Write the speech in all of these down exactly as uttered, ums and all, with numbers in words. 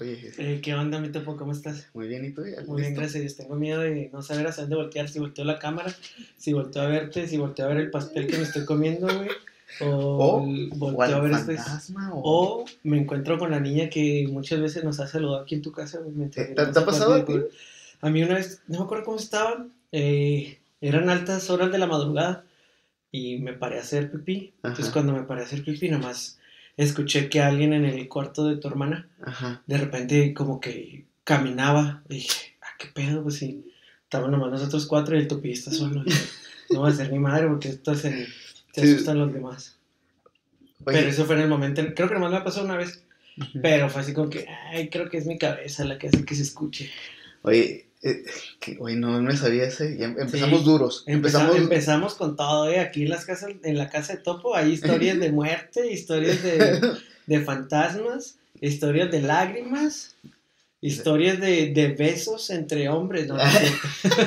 Oye, Eh, ¿Qué onda, mi topo? ¿Cómo estás? muy bien, ¿y tú? Muy bien, gracias a Dios. Tengo miedo de no saber hacia dónde voltear. Si volteo la cámara, si volteo a verte, si volteo a ver el pastel que me estoy comiendo, güey. O, O, l- o volteo a al ver este. fantasma, o... O me encuentro con la niña que muchas veces nos ha saludado aquí en tu casa, güey. mientras ¿Te, te miramos ha el pasado a partido. ti? A mí una vez, no me acuerdo cómo estaba. eh, eran altas horas de la madrugada y me paré a hacer pipí. Entonces, Ajá, cuando me paré a hacer pipí, nomás escuché que alguien en el cuarto de tu hermana ajá. de repente como que caminaba y dije, ah, qué pedo, pues sí, estaban nomás nosotros cuatro y el topi está solo. Dije, no va a ser ni madre porque esto se, se Sí. asustan los demás. Oye, Pero eso fue en el momento, creo que nomás me pasó una vez, ujú. pero fue así como que, ay, creo que es mi cabeza la que hace que se escuche. Oye, eh, que, oye, no me sabía ese. Ya em- empezamos Sí. duros. Empeza- Empezamos. empezamos con todo, ¿eh? Aquí en las casas, en la casa de Topo hay historias de muerte, historias de, de fantasmas, historias de lágrimas, historias de, de besos entre hombres, ¿no? No es cierto.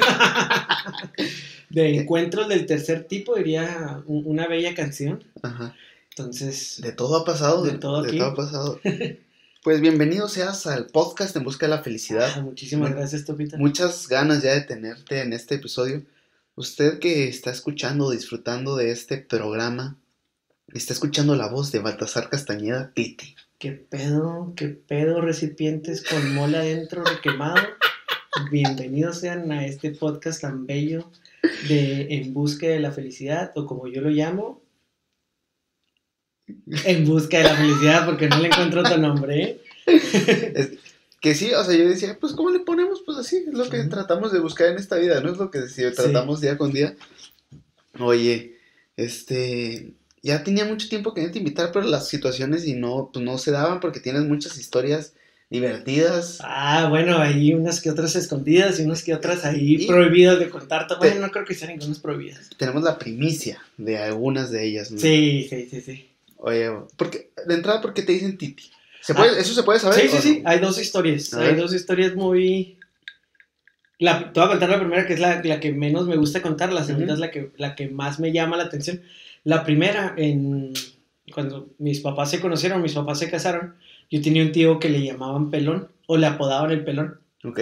De encuentros del tercer tipo, diría un- una bella canción. Ajá. Entonces, De todo ha pasado. de todo De aquí. todo ha pasado. Pues bienvenido seas al podcast En Busca de la Ah, Felicidad. muchísimas Mu- gracias, Topita. Muchas ganas ya de tenerte en este episodio. Usted que está escuchando, disfrutando de este programa, está escuchando la voz de Baltasar Castañeda, Titi. ¿Qué pedo? ¿Qué pedo? Recipientes con mole adentro requemado. Bienvenidos sean a este podcast tan bello de En Busca de la Felicidad, o como yo lo llamo, En Busca de la Felicidad, porque no le encuentro otro nombre, ¿eh? Es- que sí, o sea, yo decía, pues, ¿cómo le ponemos? Pues así, es lo que Ujú. tratamos de buscar en esta vida, ¿no? Es lo que decía, Sí. tratamos día con día. Oye, este, ya tenía mucho tiempo que no te invitar, pero las situaciones y no, pues no se daban porque tienes muchas historias divertidas. Ah, bueno, hay unas que otras escondidas y unas que otras ahí Y- prohibidas de contar. Te- Bueno, no creo que sean ninguna prohibidas. Tenemos la primicia de algunas de ellas, ¿no? Sí, sí, sí, sí. Oye, porque, de entrada, ¿por qué te dicen Titi? ¿Se Ah, puede, ¿Eso se puede saber? Sí, sí, o sí. no? Hay dos historias. A Hay ver. dos historias muy. La, te voy a contar la primera, que es la, la que menos me gusta contar. La segunda Ujú. es la que, la que más me llama la atención. La primera, en, cuando mis papás se conocieron, mis papás se casaron, yo tenía un tío que le llamaban Pelón, o le apodaban el Pelón. Ok.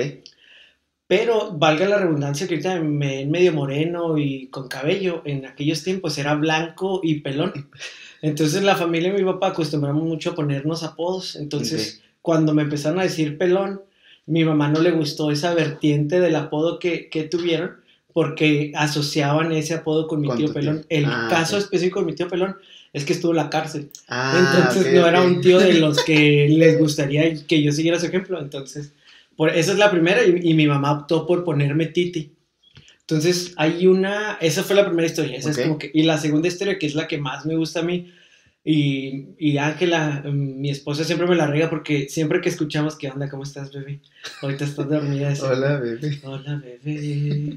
Pero valga la redundancia que ahorita me ven medio moreno y con cabello. En aquellos tiempos era blanco y pelón. Entonces la familia de mi papá acostumbramos mucho a ponernos apodos. Entonces Ok. cuando me empezaron a decir pelón, mi mamá no le gustó esa vertiente del apodo que, que tuvieron, porque asociaban ese apodo con mi Con tío tu tío. pelón. El Ah, caso ok. específico de mi tío pelón es que estuvo en la cárcel. Ah, Entonces ok, no ok. era un tío de los que les gustaría que yo siguiera su ejemplo. Entonces, por, esa es la primera, y, y mi mamá optó por ponerme Titi. Entonces, hay una, esa fue la primera historia, esa Ok. es como que, y la segunda historia, que es la que más me gusta a mí, y, y Ángela, mm, mi esposa, siempre me la riega porque siempre que escuchamos, ¿qué onda? ¿Cómo estás, bebé? Ahorita estás dormida. Ese, Hola, bebé. Hola, bebé.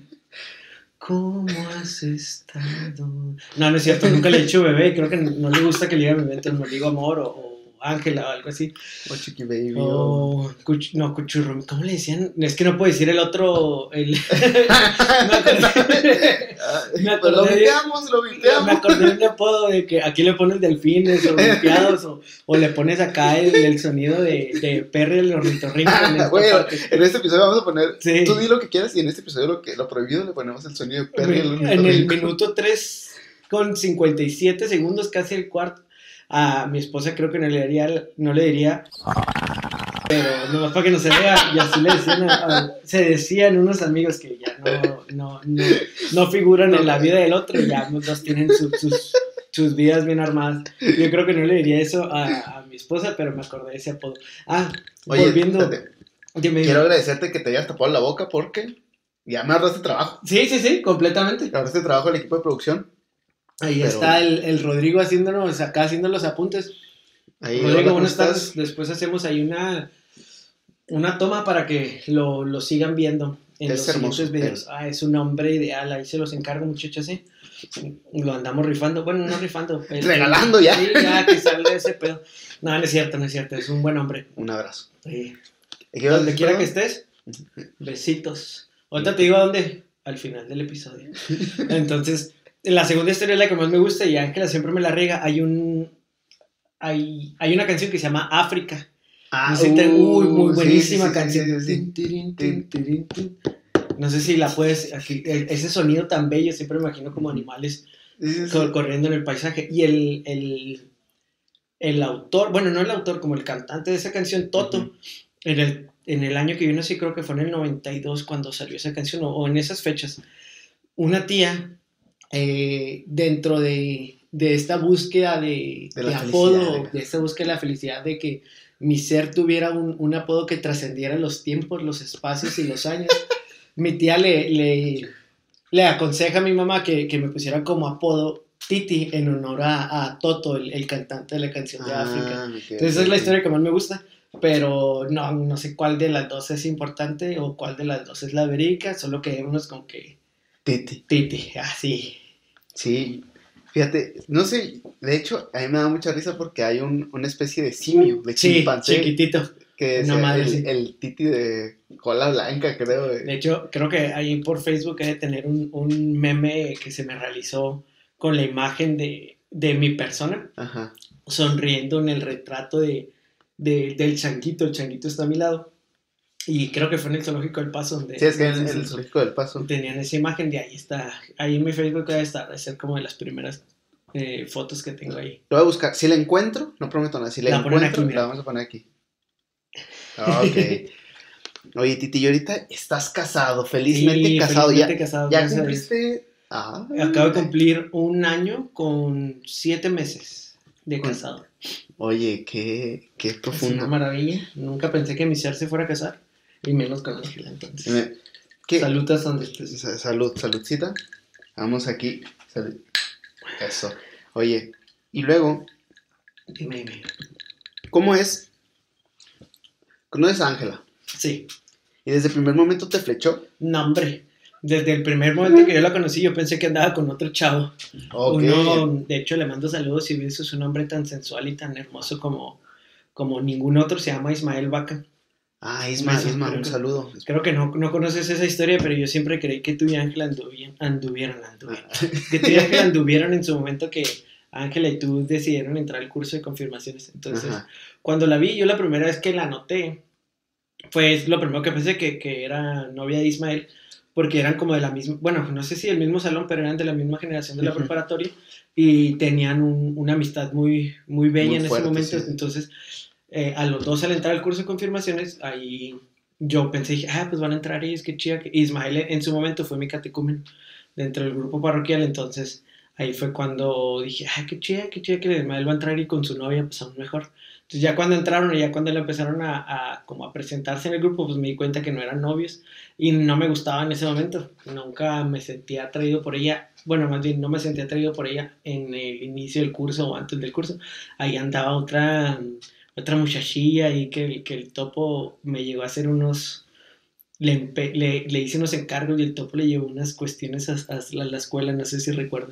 ¿Cómo has estado? No, no es cierto, nunca le he dicho bebé, creo que no le gusta que le diga bebé, entonces me digo amor o, o Ángela o algo así. O Chiqui Baby. o- O cuch- no, cuchurro, ¿cómo le decían? Es que no puedo decir el otro. El... me acordé, Ah, me pues acordé lo de- viteamos, lo me viteamos. acordé de un apodo de que aquí le pones delfines o golpeados o, o le pones acá el, el sonido de, de Perry el ornitorrinco en esta Bueno, parte. en este episodio vamos a poner, Sí. tú di lo que quieras y en este episodio lo, que, lo prohibido le ponemos el sonido de Perry el En el ornitorrinco. minuto tres con cincuenta y siete segundos, casi el cuarto, a mi esposa creo que no le diría, no le diría, pero nomás para que no se vea, y así le decían, a- a- se decían unos amigos que ya no, no, no, no figuran en la vida del otro, y ya los dos tienen su- sus, sus vidas bien armadas. Yo creo que no le diría eso a, a mi esposa, pero me acordé de ese apodo. Ah, Oye, volviendo, espérate, dime, quiero dime. agradecerte que te hayas tapado la boca porque ya me ahorraste trabajo. Sí, sí, sí, completamente. Me ahorraste trabajo al equipo de producción. Ahí Pero- está el, el Rodrigo haciéndonos acá, haciendo los apuntes. Ahí, Rodrigo, hola, ¿cómo buenas estás? tardes. Después hacemos ahí una, una toma para que lo, lo sigan viendo en Es los hermoso, siguientes videos. Ah, es un hombre ideal, ahí se los encargo, muchachos, ¿eh? Lo andamos rifando, bueno, no rifando. el- Regalando ya. Sí, ya que salga ese pedo. No, no es cierto, no es cierto, es un buen hombre. Un abrazo. Sí. ¿Y qué ibas a Donde decir, quiera que perdón? estés, besitos. Ahorita te digo a dónde, al final del episodio. Entonces, la segunda historia es la que más me gusta y Ángela siempre me la riega. Hay un, hay, hay una canción que se llama África. Ah, No sé si te- uh, uy, muy sí, buenísima sí, sí, canción. sí, sí, sí. Tin, tirin, tin, tirin, tin. No sé si la puedes, aquí, el- ese sonido tan bello, siempre me imagino como animales Sí, sí, co- sí. corriendo en el paisaje. Y el, el, el autor, bueno, no el autor, como el cantante de esa canción, Toto, Ujú. en, el, en el año que vino, sí creo que fue en el noventa y dos cuando salió esa canción, o, o en esas fechas, una tía, eh, dentro de, de esta búsqueda de, De de la felicidad. apodo, acá. de esta búsqueda de la felicidad, de que mi ser tuviera un, un apodo que trascendiera los tiempos, los espacios y los años, mi tía le, le, le aconseja a mi mamá que, que me pusiera como apodo Titi en honor a, a Toto, el, el cantante de la canción de África. Ah, ok, Entonces ok, esa es la ok. historia que más me gusta, pero no, no sé cuál de las dos es importante o cuál de las dos es la verídica, solo que unos con que Titi. Titi, así. Sí, fíjate, no sé, de hecho, a mí me da mucha risa porque hay un, una especie de simio, de Sí, chimpancé, chiquitito. que es Una madre, el, sí. el Titi de cola blanca, creo. De hecho, creo que ahí por Facebook he de tener un, un meme que se me realizó con la imagen de, de mi persona Ajá. sonriendo en el retrato de, de- del changuito. El changuito está a mi lado. Y creo que fue en el Zoológico del Paso donde Sí, es que no en, sé en si el Zoológico del Paso. tenían esa imagen de ahí está. Ahí en mi Facebook debe estar, debe ser como de las primeras eh, fotos que tengo ahí. Lo voy a buscar. Si la encuentro, no prometo nada. Si la La ponen encuentro, aquí, mira. la vamos a poner aquí. Ah, ok. Oye, Titi, y ahorita estás casado, felizmente Sí, casado. felizmente Ya, casado, ya gracias a Dios. cumpliste. Ah, Acabo de cumplir un año con siete meses de Con- casado. Oye, qué, qué Es una profundo. maravilla. Nunca pensé que mi ser se fuera a casar. Y menos con Ángela, entonces. Me- ¿Qué? Saludas donde estés. Sa- Salud, saludcita. Vamos aquí. Salud. Eso. Oye, y luego, Dime, dime. ¿cómo es? ¿Conoces a Ángela? Sí. ¿Y desde el primer momento te flechó? No, hombre. Desde el primer momento que yo la conocí, yo pensé que andaba con otro chavo. Ok. Uno, de hecho, le mando saludos y besos. Es un hombre tan sensual y tan hermoso como, como ningún otro. Se llama Ismael Vaca. Ah, Isma, Beso, Isma, creo un que- saludo. Creo que no, no conoces esa historia, pero yo siempre creí que tú y Ángela anduvieran, anduvieran, anduvieran. Que tú y Ángela anduvieran en su momento que Ángela y tú decidieron entrar al curso de confirmaciones. Entonces, Ajá. cuando la vi, yo la primera vez que la noté, fue lo primero que pensé que, que era novia de Ismael, porque eran como de la misma, bueno, no sé si del mismo salón, pero eran de la misma generación de la Ujú. preparatoria y tenían un- una amistad muy, muy bella Muy en fuerte, ese momento. sí, sí. Entonces, eh, a los dos al entrar al curso de confirmaciones, ahí yo pensé, dije, ah, pues van a entrar ellos, qué chida. que-". Ismael en su momento fue mi catecúmeno dentro del grupo parroquial, entonces ahí fue cuando dije, ah, qué chida, qué chida que Ismael va a entrar y con su novia, pues aún mejor. Entonces ya cuando entraron y ya cuando le empezaron a, a, como a presentarse en el grupo, pues me di cuenta que no eran novios y no me gustaba en ese momento. Nunca me sentía atraído por ella. Bueno, más bien no me sentía atraído por ella en el inicio del curso o antes del curso. Ahí andaba otra, otra muchachilla y que, el- que el topo me llegó a hacer unos... Le, empe- le, le hice unos encargos y el topo le llevó unas cuestiones a, a la, la escuela, no sé si recuerdas.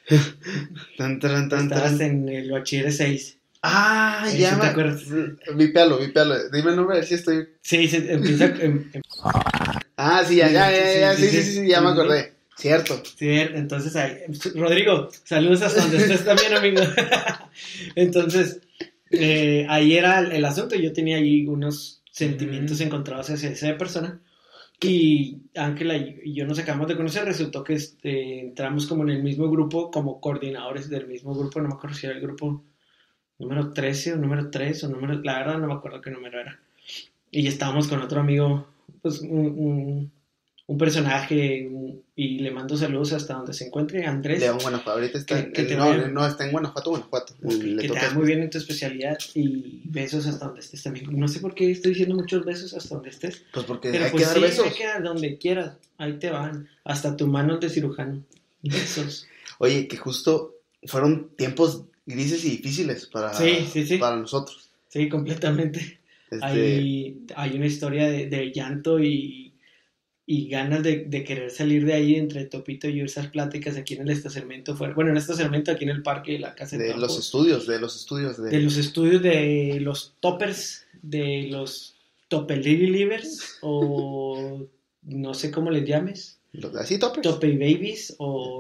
Tan, tan, tan, Estabas tan. en el bachiller seis. Ah, Ahí ya sí te me... acuerdas. Vipealo, vipealo. Dime el nombre a ver si estoy... Sí, se empieza... em- em- Ah, sí, ya, Sí, ya, ya, sí, ya, sí, sí, sí, sí, sí, ya sí, me sí. acordé. Cierto. Sí, entonces ahí, Rodrigo, saludos hasta donde estés también, amigo. Entonces, eh, ahí era el, el asunto. Yo tenía ahí unos sentimientos Mm. encontrados hacia esa persona. Y Ángela y y yo nos acabamos de conocer. Resultó que este, entramos como en el mismo grupo, como coordinadores del mismo grupo. No me acuerdo si era el grupo número trece o número tres o número. La verdad, no me acuerdo qué número era. Y estábamos con otro amigo, pues un, un, un personaje, un- y le mando saludos hasta donde se encuentre, Andrés. León, Guanajuato. Ahorita está... Que- en- que te no, vaya- no, está en Guanajuato, Guanajuato. Que, Le que te toca va muy después. bien en tu especialidad y besos hasta donde estés también. No sé por qué estoy diciendo muchos besos hasta donde estés, Pues porque pero hay pues que dar sí, besos. hay que dar donde quieras, ahí te van, hasta tu mano de cirujano. Besos. Oye, que justo fueron tiempos grises y difíciles para, Sí, sí, sí. para nosotros. Sí, completamente. Este, Hay, hay una historia de, de llanto y, y ganas de, de querer salir de ahí entre Topito y esas pláticas aquí en el estacionamiento. Fuera, bueno, en el estacionamiento aquí en el parque de la casa de, de Topo, los estudios, de los estudios. De, de los estudios de los toppers, de los Topelivers o no sé cómo les llames, los- así, toppers. Tope Babies o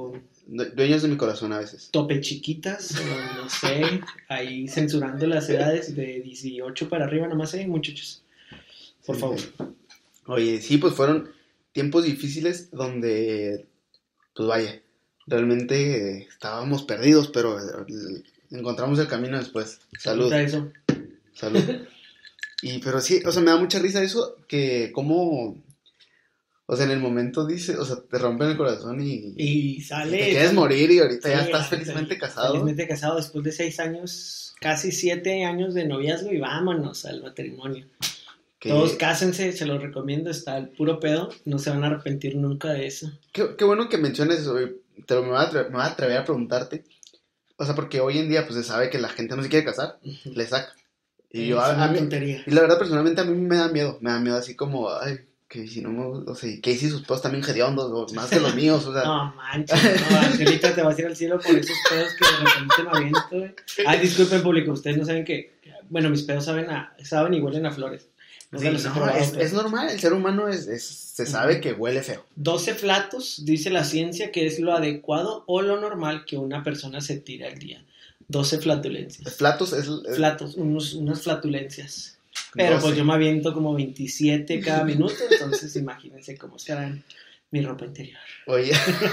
dueños de mi corazón a veces. Tope chiquitas, o no sé, ahí censurando las edades de dieciocho para arriba, nomás, ¿eh, muchachos? Por Sí, favor. sí. Oye, sí, pues fueron tiempos difíciles donde, pues vaya, realmente eh, estábamos perdidos, pero eh, encontramos el camino después. Salud. Ahorita eso. Salud. Y, pero sí, o sea, me da mucha risa eso, que como, o sea, en el momento dice, o sea, te rompen el corazón y, Y y sale. te quieres morir y ahorita Sí, ya estás ya, felizmente fel- casado. Felizmente casado después de seis años, casi siete años de noviazgo y vámonos al matrimonio. Que- Todos cásense, se los recomiendo, está el puro pedo, no se van a arrepentir nunca de eso. Qué, qué bueno que menciones eso, güey. Te lo me voy, a atre- me voy a atrever a preguntarte. O sea, porque hoy en día pues se sabe que la gente no se quiere casar, le saca. Y yo, Es a, una a mí, tontería. y la verdad personalmente a mí me da miedo, me da miedo así como, ay, que si no me, o sea, que si sus pedos también hediondos, o más que los míos, o sea. No manches, no, Angelita te vas a ir al cielo por esos pedos que de repente me aviento, güey. Ay, disculpen público, ustedes no saben que, bueno, mis pedos saben a, saben y huelen a flores. No Sí, se los he no, probado, es, pero- es normal, el ser humano es, es- se sabe Ujú. que huele feo. doce flatos, dice la ciencia, que es lo adecuado o lo normal que una persona se tire al día. doce flatulencias. Flatos es, es Flatos, unos, unas flatulencias. Pero doce. pues yo me aviento como veintisiete cada minuto, entonces imagínense cómo será mi ropa interior. Oye.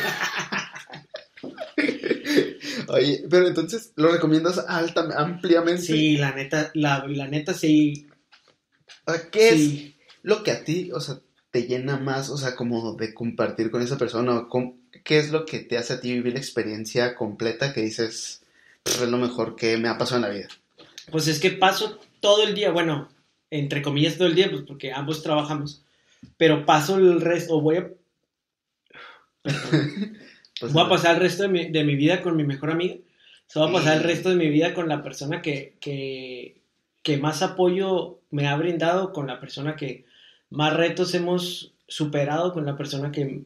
Oye, pero entonces lo recomiendas alta, ampliamente. Sí, la neta, la, la neta sí. O sea, ¿qué sí. es lo que a ti, o sea, te llena más, o sea, como de compartir con esa persona? O con- ¿qué es lo que te hace a ti vivir la experiencia completa que dices, "Pff, es lo mejor que me ha pasado en la vida"? Pues es que paso todo el día, bueno, entre comillas todo el día, pues porque ambos trabajamos, pero paso el resto, o voy a, perdón, Pues, voy a pasar el resto de mi, de mi vida con mi mejor amiga, o sea, voy a pasar el Sí. resto de mi vida con la persona que, que, que más apoyo me ha brindado, con la persona que más retos hemos superado, con la persona que,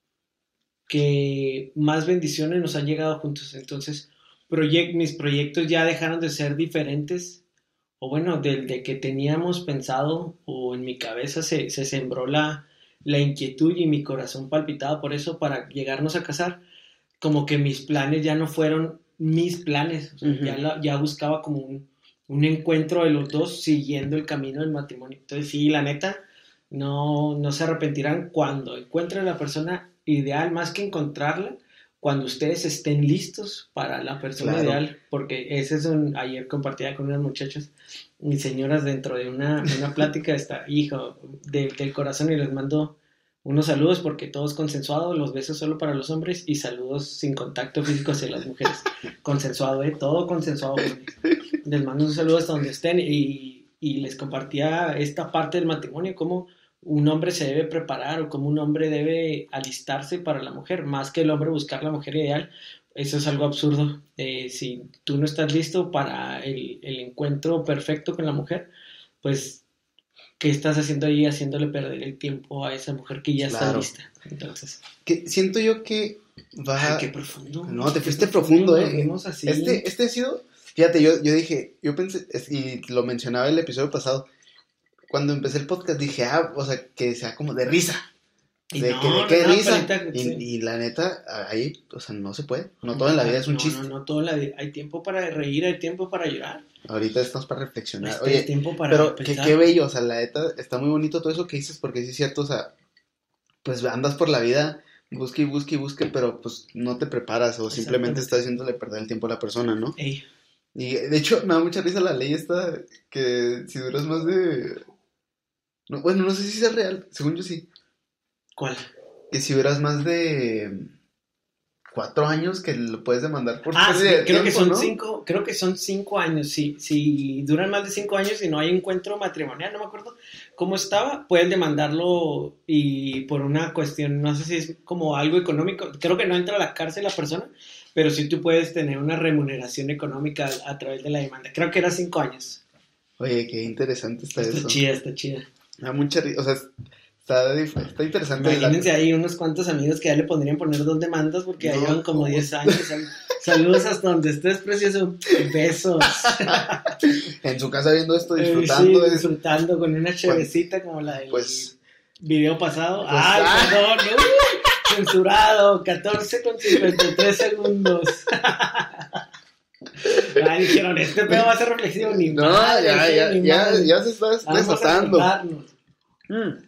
que más bendiciones nos han llegado juntos. Entonces, proyec- mis proyectos ya dejaron de ser diferentes, o bueno, del de que teníamos pensado, o en mi cabeza se, se sembró la, la inquietud y mi corazón palpitaba por eso para llegarnos a casar. Como que mis planes ya no fueron mis planes, o sea, Ujú. ya, la- ya buscaba como un, un encuentro de los dos siguiendo el camino del matrimonio. Entonces, sí, la neta, no, no se arrepentirán cuando encuentren la persona ideal, más que encontrarla, cuando ustedes estén listos para la persona Claro. ideal, porque ese es un, ayer compartía con unas muchachas, mis señoras, dentro de una, de una plática, está, hijo, de- del corazón, y les mando unos saludos porque todo es consensuado, los besos solo para los hombres y saludos sin contacto físico hacia las mujeres. Consensuado, ¿eh? Todo consensuado. Porque les mando un saludo hasta donde estén y, y les compartía esta parte del matrimonio, cómo un hombre se debe preparar o cómo un hombre debe alistarse para la mujer, más que el hombre buscar la mujer ideal. Eso es algo absurdo. Eh, si tú no estás listo para el, el encuentro perfecto con la mujer, pues ¿qué estás haciendo ahí haciéndole perder el tiempo a esa mujer que ya está Claro. lista? Entonces, Que siento yo que va... ay, qué profundo. No, te Qué fuiste profundo, nos eh. vimos así. Este, este ha sido, fíjate, yo, yo dije, yo pensé, es- y lo mencionaba el episodio pasado, cuando empecé el podcast dije, ah, o sea, que sea como de risa. Y De no, que, de qué no, risa. pero ahorita, Y, sí. y la neta, ahí, o sea, no se puede. No todo en la vida es un No, chiste. No, no, todo en la vida. Hay tiempo para reír, hay tiempo para llorar. Ahorita estamos para reflexionar. Este, Oye, hay tiempo para pero qué, pensar. qué bello, o sea, la neta, está muy bonito todo eso que dices, porque sí es cierto, o sea, pues andas por la vida, busque y busque y busque, pero pues no te preparas o simplemente Exactamente. estás haciéndole perder el tiempo a la persona, ¿no? Ey, Y de hecho me da mucha risa la ley esta, que si duras más de... No, bueno, no sé si es real, según yo sí, ¿cuál? que si duras más de cuatro años que lo puedes demandar por Ah, sí, pérdida de creo que tiempo, son ¿no? cinco, creo que son cinco años. Si, si duran más de cinco años y no hay encuentro matrimonial, no me acuerdo cómo estaba, puedes demandarlo y por una cuestión, no sé si es como algo económico. Creo que no entra a la cárcel la persona, pero sí tú puedes tener una remuneración económica a, a través de la demanda. Creo que era cinco años. Oye, qué interesante está, Está eso. chida, está chida. Me da mucha risa, o sea, está, dif- está interesante. la- Imagínense ahí unos cuantos amigos que ya le podrían poner dos demandas porque ya No, llevan como ¿cómo? diez años. Sal- Saludos hasta donde estés, precioso. Besos. En su casa viendo esto, Eh, disfrutando sí, de disfrutando con una chevecita como la del Pues- video pasado. Pues, ¡Ay, ah. perdón! ¡Uy! censurado, catorce con cincuenta y tres segundos. Ah, dijeron, este pedo va a ser reflexivo. Ni No, madre, ya, sí, ya, ni ya, madre. ya se está Vamos a desatando. recordarnos. Mm.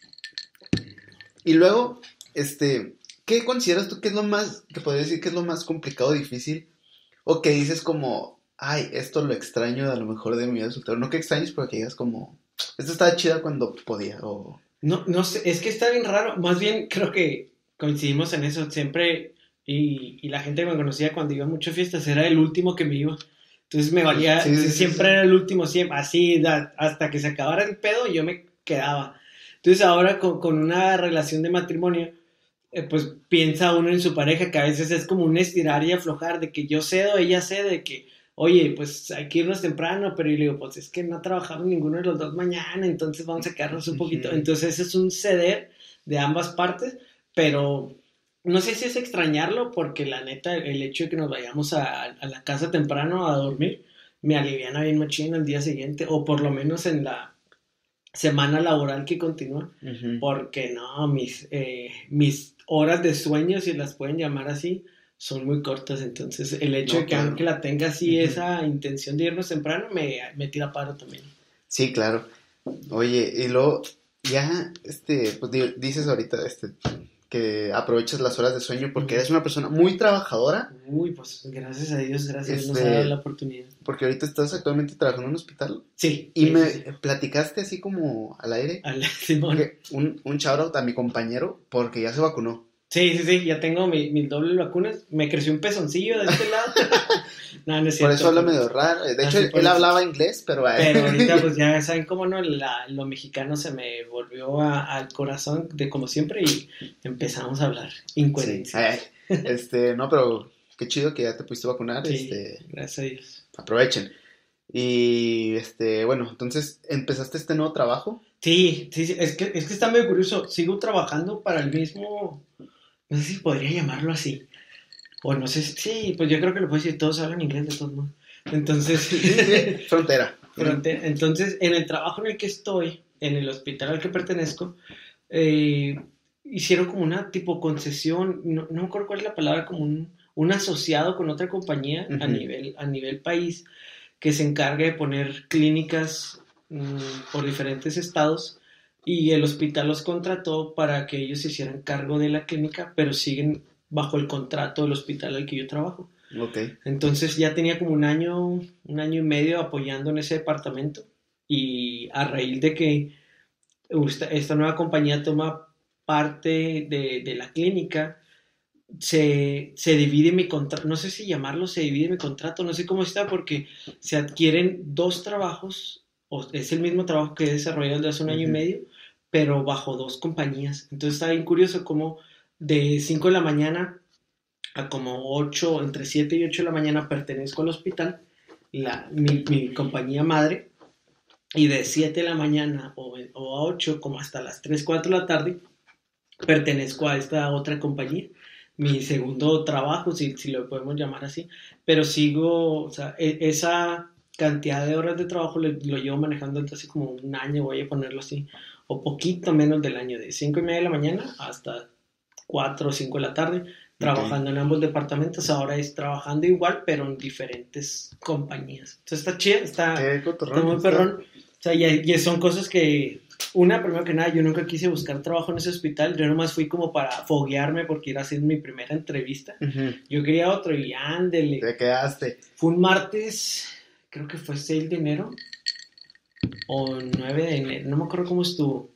Y luego, este, ¿qué consideras tú que es lo más, que podrías decir que es lo más complicado, difícil? O que dices como, ay, esto lo extraño a lo mejor de mi vida de soltero. No que extrañes, pero que digas como, esto estaba chida cuando podía, o... No, no sé, es que está bien raro. Más bien creo que coincidimos en eso. Siempre, y, y la gente que me conocía cuando iba a muchas fiestas era el último que me iba. Entonces me valía, Sí, sí, sí, siempre sí. era el último, siempre, así, da, hasta que se acabara el pedo, yo me quedaba. Entonces ahora con, con una relación de matrimonio, eh, pues piensa uno en su pareja, que a veces es como un estirar y aflojar, de que yo cedo, ella cede, de que, oye, pues hay que irnos temprano, pero yo le digo, pues es que no trabajamos ninguno de los dos mañana, entonces vamos a quedarnos un poquito. Ujú. Entonces es un ceder de ambas partes, pero no sé si es extrañarlo, porque la neta, el hecho de que nos vayamos a, a la casa temprano a dormir, me aliviana bien machín el día siguiente, o por lo menos en la semana laboral que continúa, Ujú. porque no, mis, eh, mis horas de sueño, si las pueden llamar así, son muy cortas. Entonces el hecho No, de que claro. aunque la tenga así, Ujú. esa intención de irnos temprano, me, me tira paro también. Sí, claro. Oye, y luego, ya, este, pues di- dices ahorita, este, que aprovechas las horas de sueño porque Ujú. eres una persona muy trabajadora, Uy, pues gracias a Dios, gracias a Dios nos ha dado la este, oportunidad. porque ahorita estás actualmente trabajando en un hospital. Sí, Y sí, me sí, sí. platicaste así como al aire, Al Simón. que un, un shout out a mi compañero porque ya se vacunó. Sí, sí, sí, ya tengo mi- mis dobles vacunas. Me creció un pezoncillo de este lado. No, no es Por cierto. eso habla pero- medio raro. De Ah, hecho, sí, él, por él eso. hablaba inglés, pero... Pero ahorita, pues ya saben cómo no, La- lo mexicano se me volvió a- al corazón de como siempre y empezamos a hablar. Sí, Incoherencia. ay, este, no, pero qué chido que ya te pudiste vacunar, Sí, este, gracias a Dios. aprovechen. Y, este, bueno, entonces, ¿empezaste este nuevo trabajo? Sí, sí, sí, es que, es que está muy curioso. Sigo trabajando para el mismo, no sé si podría llamarlo así. O no sé si, sí, pues yo creo que lo puedo decir, todos hablan inglés de todos modos. Entonces, Sí, sí, frontera. Fronte- Entonces, en el trabajo en el que estoy, en el hospital al que pertenezco, eh, hicieron como una tipo concesión, no, no me acuerdo cuál es la palabra, como un, un asociado con otra compañía a Ujú. nivel, a nivel país que se encarga de poner clínicas mm, por diferentes estados y el hospital los contrató para que ellos se hicieran cargo de la clínica, pero siguen bajo el contrato del hospital al que yo trabajo. Ok. Entonces ya tenía como un año, un año y medio apoyando en ese departamento y a raíz de que esta, esta nueva compañía toma parte de, de la clínica, se, se divide mi contrato, no sé si llamarlo se divide mi contrato, no sé cómo está porque se adquieren dos trabajos, o es el mismo trabajo que he desarrollado desde hace un año y Ujú. medio, pero bajo dos compañías. Entonces está bien curioso cómo de cinco de la mañana a como ocho, entre siete y ocho de la mañana pertenezco al hospital, la, mi, mi compañía madre, y de siete de la mañana o, o a ocho, como hasta las tres cuatro de la tarde, pertenezco a esta otra compañía. Mi segundo trabajo, si, si lo podemos llamar así, pero sigo, o sea, e, esa cantidad de horas de trabajo lo, lo llevo manejando desde hace como un año, voy a ponerlo así, o poquito menos del año, de cinco y media de la mañana hasta cuatro o cinco de la tarde, trabajando Ok. en ambos departamentos. Ahora es trabajando igual, pero en diferentes compañías. Entonces está chido, está, Qué está cotorrón. muy Está... perrón. O sea, y, y son cosas que, una, primero que nada, yo nunca quise buscar trabajo en ese hospital. Yo nomás fui como para foguearme porque iba a ser mi primera entrevista. Ujú. Yo quería otro y ándele. Te quedaste. Fue un martes, creo que fue seis de enero o nueve de enero, no me acuerdo cómo estuvo.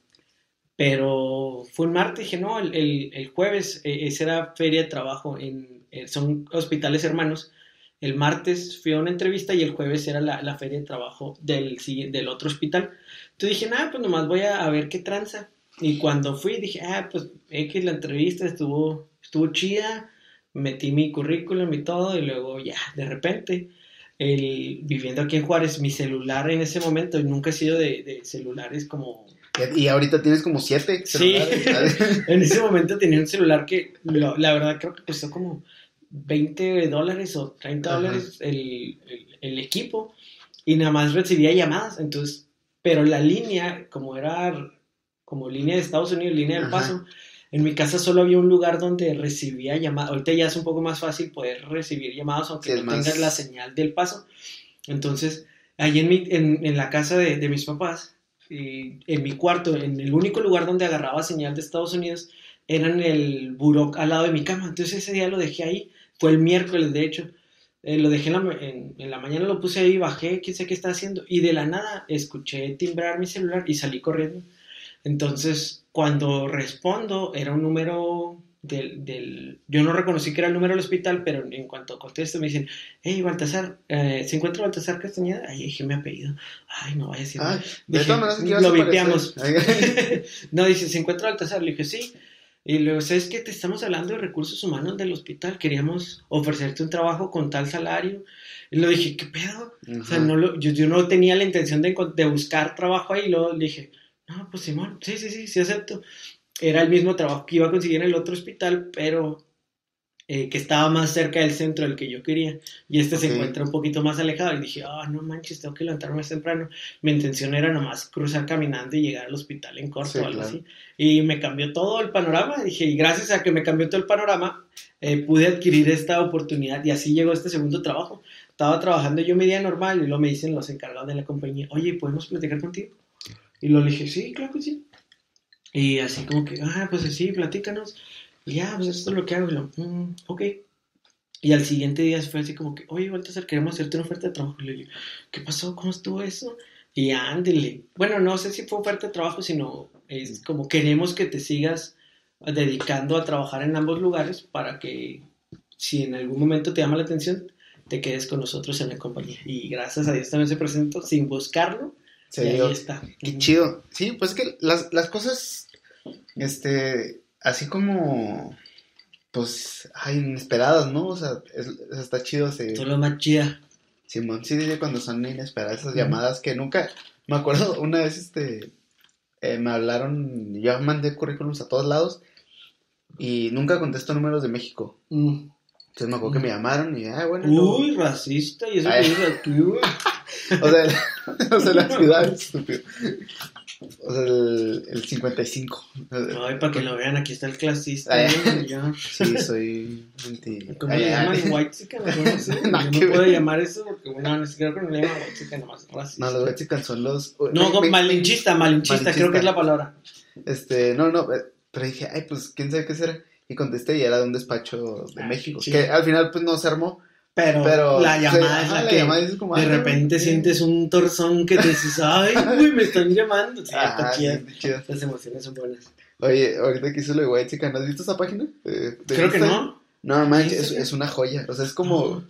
Pero fue un martes, dije, no, el, el, el jueves, eh, esa era feria de trabajo, en, eh, son hospitales hermanos. El martes fui a una entrevista y el jueves era la, la feria de trabajo del, del otro hospital. Entonces dije, nada, pues nomás voy a, a ver qué tranza. Y cuando fui dije, ah, pues X la entrevista estuvo, estuvo chida, metí mi currículum y todo, y luego ya, de repente, el, viviendo aquí en Juárez, mi celular en ese momento, nunca he sido de, de celulares como... Y ahorita tienes como siete Sí, celulares. en ese momento tenía un celular que lo, la verdad creo que costó como veinte dólares o treinta Ajá. dólares el, el, el equipo y nada más recibía llamadas, entonces, pero la línea, como era como línea de Estados Unidos, línea del Ajá. Paso, en mi casa solo había un lugar donde recibía llamadas. Ahorita ya es un poco más fácil poder recibir llamadas aunque Sí, no es más- tengas la señal del paso. Entonces, ahí en, mi, en, en la casa de, de mis papás, y en mi cuarto, en el único lugar donde agarraba señal de Estados Unidos, era en el buró al lado de mi cama. Entonces ese día lo dejé ahí. Fue el miércoles, de hecho. Eh, lo dejé en la, ma- en, en la mañana, lo puse ahí, bajé, quién sé qué estaba haciendo. Y de la nada escuché timbrar mi celular y salí corriendo. Entonces, cuando respondo, era un número del, del... Yo no reconocí que era el número del hospital, pero en cuanto contesto me dicen, hey, Baltasar, eh, ¿se encuentra Baltasar Castañeda? Ay, dije mi apellido. Ay, no vaya a decir. Ay, de Dije, todas maneras aquí vas a lo aparecer. vipeamos. No, dice, ¿se encuentra Baltasar? Le dije, sí. Y luego, ¿sabes qué? Te estamos hablando de recursos humanos del hospital. Queríamos ofrecerte un trabajo con tal salario. Y lo dije, ¿qué pedo? O sea, Ajá. no lo, yo, yo no tenía la intención de, encon- de buscar trabajo ahí. Y luego le dije, no, pues Simón, sí, sí, sí, sí acepto. Era el mismo trabajo que iba a conseguir en el otro hospital, pero eh, que estaba más cerca del centro del que yo quería. Y este se Ok. encuentra un poquito más alejado. Y dije, ah, no manches, tengo que levantarme más temprano. Mi intención era nomás cruzar caminando y llegar al hospital en corto Sí, o algo claro. así. Y me cambió todo el panorama. Dije, y gracias a que me cambió todo el panorama, eh, pude adquirir esta oportunidad. Y así llegó este segundo trabajo. Estaba trabajando yo mi día normal y luego me dicen los encargados de la compañía, oye, ¿podemos platicar contigo? Y lo le dije, sí, claro que sí. Y así como que, ah, pues sí, platícanos. Y ya, pues esto es lo que hago. Y lo, mm, ok. Y al siguiente día fue así como que, oye, Baltasar, queremos hacerte una oferta de trabajo. Y le digo, ¿qué pasó? ¿Cómo estuvo eso? Y ándele. Bueno, no sé si fue oferta de trabajo, sino es como queremos que te sigas dedicando a trabajar en ambos lugares para que si en algún momento te llama la atención, te quedes con nosotros en la compañía. Y gracias a Dios también se presentó sin buscarlo. Se y ahí dio. está. Qué chido. Sí, pues es que las, las cosas, este, así como, pues, ay, inesperadas, ¿no? O sea, es, es- está chido. Se, Son lo más chida. Simón, sí, dice cuando son inesperadas esas Ujú. llamadas que nunca, me acuerdo una vez, este, eh, me hablaron, yo mandé currículums a todos lados y nunca contesto números de México. Mm. Entonces me acuerdo que me llamaron y, ah, bueno, y luego- Uy, racista, y eso Ay. que dices aquí, güey. o sea, o sea, la ciudad, estúpido. O sea, el, el cincuenta y cinco. Ay, para que lo vean, aquí está el clasista. Ay. ¿no? Ya. Sí, soy menti- ¿Cómo Ay, le ay, llaman? ay. White chica, no sé. Nada Yo que no puedo ver. llamar eso porque, bueno, no sé, creo que no le llaman white chica, nomás racista. No, los Mexicanos son los. No, me- me- malinchista, malinchista, Malinchista. creo que es la palabra. Este, no, no, eh, pero dije, ay, pues, quién sabe qué será. Y contesté y era de un despacho de Ah, México. qué chido. Que al final, pues, no se armó. Pero, Pero. la llamada sí, es ajá, la la que llamada dices como, de ay, repente güey. sientes un torzón que te dices, ay, güey, me están llamando. Sí, Ajá, está sí, chida. está chido. Las emociones son buenas. Oye, ahorita que hizo lo de White Chica, ¿no has visto esa página? De- de Creo que Instagram? no. No, manches, ¿En es, serio? es una joya. O sea, es como.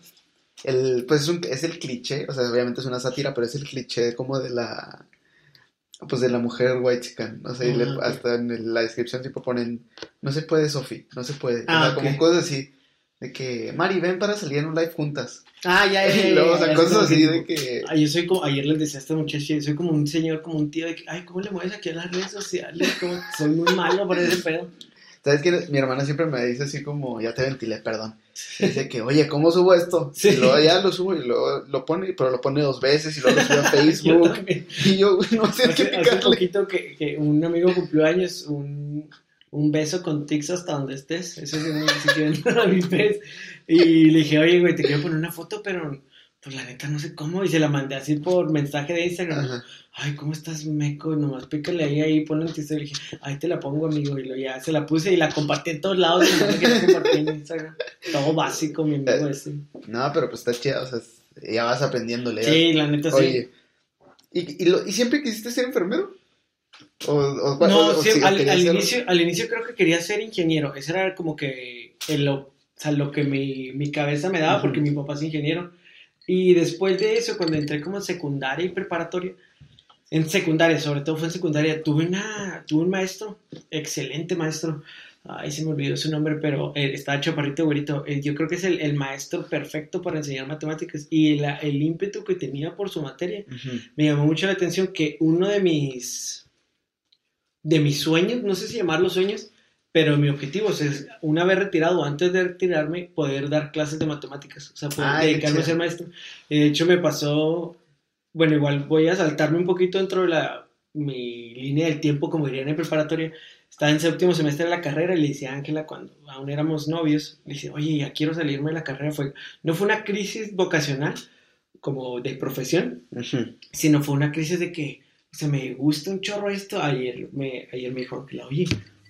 El, pues es, un, es el cliché. O sea, obviamente es una sátira, pero es el cliché como de la. Pues de la mujer white chican. No sé, y le- Ah, ok. hasta en el- la descripción tipo ponen. No se puede, Sofi, no se puede. Ah, o sea, como ok. cosas así. De que, Mari, ven para salir en un live juntas. Ah, ya, ya, ya. Y luego, o ya, sea, ya, cosas como así que- de que. Ay, yo soy como, ayer les decía a esta muchacha, yo soy como un señor, como un tío de que, ay, ¿cómo le mueves aquí a las redes sociales? Como, soy muy malo por ese pedo. ¿Sabes qué? Mi hermana siempre me dice así como, ya te ventilé, perdón. Me dice que, oye, ¿cómo subo esto? Sí. Y luego ya lo subo y luego lo pone, pero lo pone dos veces y luego lo sube a Yo Facebook. también. Y yo, güey, no sé qué Hace, hace picarle. poquito que, que un amigo cumplió años, un, un beso con tics hasta donde estés. Eso sí, no, si quieren a mi pez. Y le dije, oye, güey, te quiero poner una foto, pero pues la neta no sé cómo. Y se la mandé así por mensaje de Instagram. Ajá. Ay, ¿cómo estás, meco? Nomás pícale ahí, ahí, ponle en tu historia. Le dije, ahí te la pongo, amigo. Y lo ya se la puse y la compartí en todos lados. Y no que la compartí en Instagram. Todo básico, mi amigo ese. No, pero pues está chida, o sea, ya vas aprendiéndole. ya. Sí, la neta sí. Oye, ¿y, y, lo- ¿y siempre quisiste ser enfermero? ¿O, o, cuál- No, o- o sí, sí, o al, querías al ser- inicio, al inicio creo que quería ser ingeniero. Ese era como que el, o sea, lo que mi, mi cabeza me daba, Ujú. porque mi papá es ingeniero. Y después de eso, cuando entré como en secundaria y preparatoria, en secundaria, sobre todo fue en secundaria, tuve, una, tuve un maestro, excelente maestro. Ay, se me olvidó su nombre, pero eh, estaba chaparrito, güerito. Eh, yo creo que es el, el maestro perfecto para enseñar matemáticas. Y la- el ímpetu que tenía por su materia Ujú. me llamó mucho la atención, que uno de mis de mis sueños, no sé si llamarlos sueños, pero mi objetivo es, una vez retirado, antes de retirarme, poder dar clases de matemáticas, o sea, poder Ay, qué dedicarme a chido. ser maestro. Y de hecho me pasó, bueno, igual voy a saltarme un poquito dentro de la, mi línea del tiempo, como dirían en preparatoria. estaba en séptimo semestre de la carrera y le decía a Ángela cuando aún éramos novios, le dice, oye, ya quiero salirme de la carrera. Fue, no fue una crisis vocacional como de profesión, uh-huh. sino fue una crisis de que, o sea, me gusta un chorro esto. Ayer me, ayer me dijo Ángela, oye,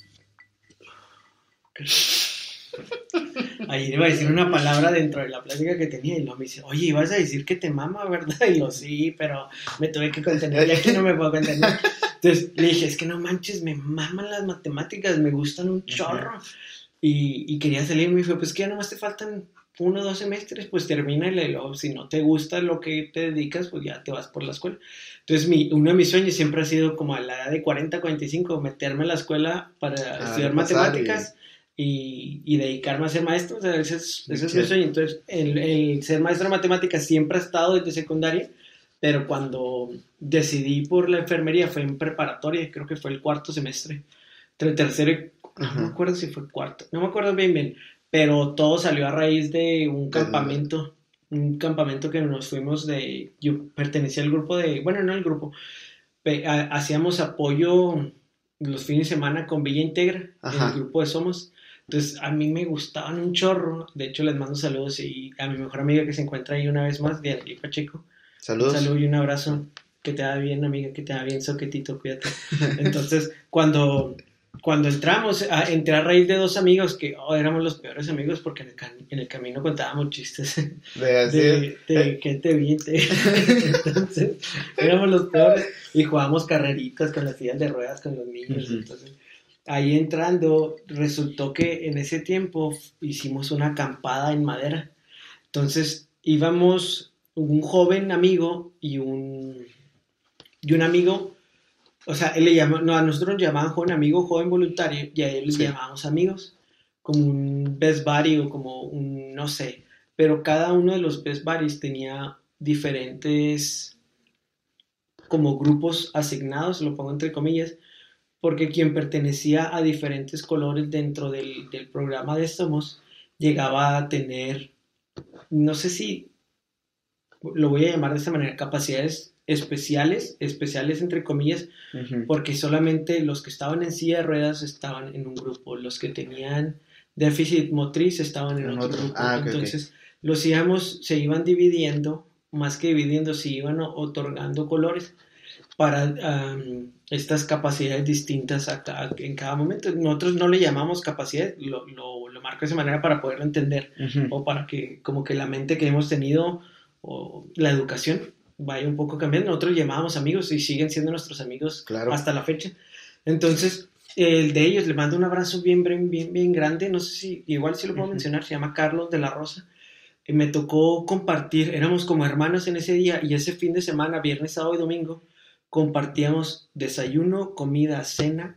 ayer iba a decir una palabra dentro de la plática que tenía y luego me dice, oye, ibas a decir que te mama, ¿verdad? Y yo, sí, pero me tuve que contener y aquí no me puedo contener. Entonces le dije, es que no manches, me maman las matemáticas, me gustan un chorro. Uh-huh. Y, y quería salir, me dijo, pues que ya nomás te faltan uno o dos semestres, pues termina y luego, si no te gusta lo que te dedicas, pues ya te vas por la escuela. Entonces mi, uno de mis sueños siempre ha sido como a la edad de cuarenta, cuarenta y cinco, meterme a la escuela para ah, estudiar matemáticas y... Y, y dedicarme a ser maestro. O sea, ese es, ese es mi sueño. Entonces el, el ser maestro de matemáticas siempre ha estado desde secundaria, pero cuando decidí por la enfermería fue en preparatoria, creo que fue el cuarto semestre, entre tercero y, no me acuerdo si fue cuarto, no me acuerdo bien bien, pero todo salió a raíz de un campamento, un campamento que nos fuimos de, yo pertenecía al grupo de, bueno, no al grupo, pe, a, hacíamos apoyo los fines de semana con Villa Integra, en el grupo de Somos. Entonces a mí me gustaban un chorro, de hecho les mando saludos y a mi mejor amiga que se encuentra ahí una vez más, Diana Pacheco. Saludos. Un saludo y un abrazo. Que te va bien, amiga, que te va bien, soquetito, cuídate. Entonces, cuando, cuando entramos, a, entré a raíz de dos amigos que oh, éramos los peores amigos porque en el, cam- en el camino contábamos chistes de, de, de gente bien. Entonces, éramos los peores y jugábamos carreritas con las sillas de ruedas con los niños. Uh-huh. Entonces, ahí entrando, resultó que en ese tiempo hicimos una acampada en madera. Entonces, íbamos un joven amigo y un, y un amigo, o sea, él le llama, no, a nosotros nos llamaban joven amigo, joven voluntario, y a él les sí. llamábamos amigos, como un best buddy o como un, no sé, pero cada uno de los best buddies tenía diferentes como grupos asignados, lo pongo entre comillas, porque quien pertenecía a diferentes colores dentro del, del programa de Somos llegaba a tener, no sé si lo voy a llamar de esta manera, capacidades especiales, especiales entre comillas, uh-huh. porque solamente los que estaban en silla de ruedas estaban en un grupo, los que tenían déficit motriz estaban en, en otro, otro grupo, ah, okay, entonces okay. los íbamos, se iban dividiendo, más que dividiendo, se iban otorgando colores para um, estas capacidades distintas a, a, en cada momento. Nosotros no le llamamos capacidad, lo, lo, lo marco de esa manera para poderlo entender, uh-huh. o para que como que la mente que hemos tenido o la educación vaya un poco cambiando. Nosotros llamábamos amigos y siguen siendo nuestros amigos claro. hasta la fecha. Entonces, el de ellos, le mando un abrazo bien, bien, bien, bien grande, no sé si, igual si lo puedo uh-huh. mencionar, se llama Carlos de la Rosa. Y me tocó compartir, éramos como hermanos en ese día, y ese fin de semana, viernes, sábado y domingo, compartíamos desayuno, comida, cena,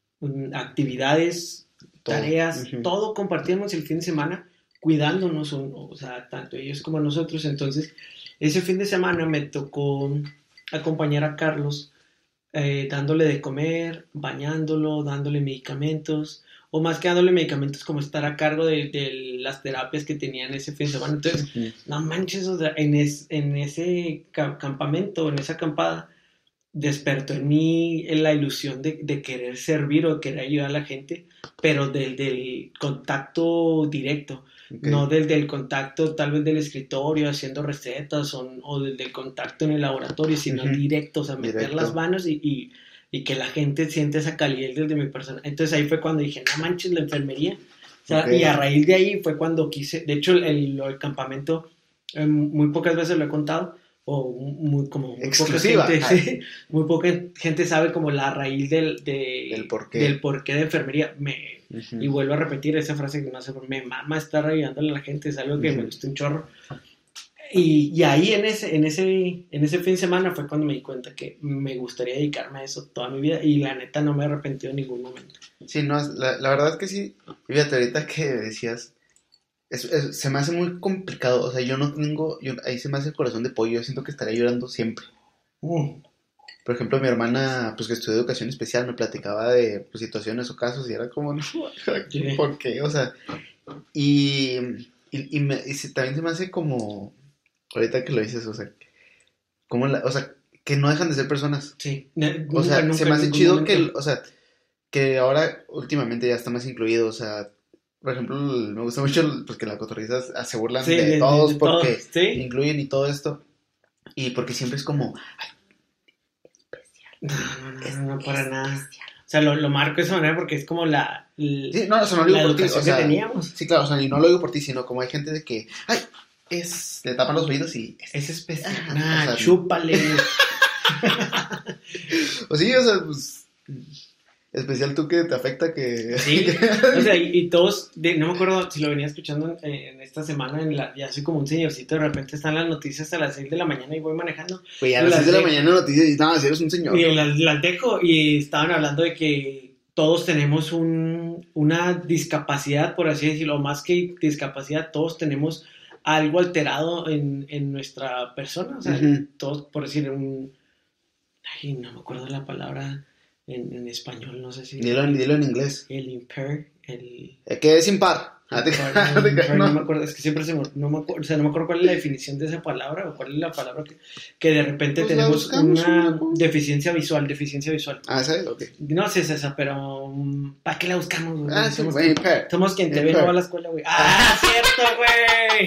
actividades, todo. tareas, uh-huh. todo compartíamos el fin de semana, cuidándonos, o sea, tanto ellos como nosotros. Entonces, ese fin de semana me tocó acompañar a Carlos, eh, dándole de comer, bañándolo, dándole medicamentos, o más que dándole medicamentos, como estar a cargo de, de las terapias que tenían ese fin de semana. Entonces, uh-huh. no manches, o sea, en, es, en ese ca- campamento, en esa acampada, despertó en mí la ilusión de, de querer servir o de querer ayudar a la gente, pero del, del contacto directo. Okay. No del, del contacto tal vez del escritorio haciendo recetas o, o del, del contacto en el laboratorio, sino uh-huh. directo, o sea, meter directo. las manos y, y, y que la gente siente esa calidez desde mi persona. Entonces ahí fue cuando dije, no manches, la enfermería. O sea, okay. y a raíz de ahí fue cuando quise, de hecho el, el, el campamento eh, muy pocas veces lo he contado, o muy, como muy poca gente, sí, muy poca gente sabe como la raíz del, de, del, porqué. del porqué de enfermería. Me, uh-huh. Y vuelvo a repetir esa frase que no sé, me mama estar ayudándole a la gente, es algo que uh-huh. me gusta un chorro. Y, y ahí en ese, en, ese, en ese fin de semana fue cuando me di cuenta que me gustaría dedicarme a eso toda mi vida, y la neta no me he arrepentido en ningún momento. Sí, no, la, la verdad es que sí. Fíjate, ahorita que decías, Es, es, se me hace muy complicado, o sea, yo no tengo, yo, ahí se me hace el corazón de pollo, yo siento que estaría llorando siempre. Uh. Por ejemplo, mi hermana, pues que estudió educación especial, me platicaba de pues, situaciones o casos y era como, no, ¿por qué? O sea, y, y, y, me, y se, también se me hace como, ahorita que lo dices, o sea, como la, o sea, que no dejan de ser personas. Sí. No, o sea, nunca, se me hace chido momento. que, o sea, que ahora últimamente ya está más incluido, o sea, por ejemplo, me gusta mucho porque la cotorriza se burlan Sí, de, de- todos de- de porque todos, ¿sí? incluyen y todo esto, y porque siempre es como, ay, No, no, no, no, no, para nada. O sea, lo, lo marco de esa manera porque es como la, l- sí, no, o sea, no lo la digo por ti, educación o sea, que teníamos. sí, claro, o sea, y no lo digo por ti, sino como hay gente de que, ay, es, le tapan los oídos y, es, Es especial. Ajá, Nah, o sea, chúpale. o sí, o sea, pues, especial tú que te afecta que, Sí, o sea, y, y todos, de- no me acuerdo si lo venía escuchando en, en esta semana, en la, ya soy como un señorcito, de repente están las noticias a las seis de la mañana y voy manejando. güey, a Y las las seis de la de- mañana noticias y nada, si eres un señor. Y las, las dejo y estaban hablando de que todos tenemos un, una discapacidad, por así decirlo, más que discapacidad, todos tenemos algo alterado en, en nuestra persona, o sea, Ujú. todos, por decir, un... Ay, no me acuerdo la palabra en, en español, no sé si... Dilo, en- dilo en inglés. El impair, el... Eh, que es impar. Ah, te- No, te- impair, no. no me acuerdo, es que siempre se me, no me acuerdo, o sea, no me acuerdo cuál es la definición de esa palabra o cuál es la palabra que, que de repente Pues la tenemos buscamos, una ¿no? deficiencia visual, deficiencia visual. Ah, ¿sabes? Ok. No sé si es esa, pero um, ¿para qué la buscamos, güey? Ah, sí, somos, güey, impar. somos quien te ve, Impair. no va a la escuela, güey. ¡Ah, cierto, güey!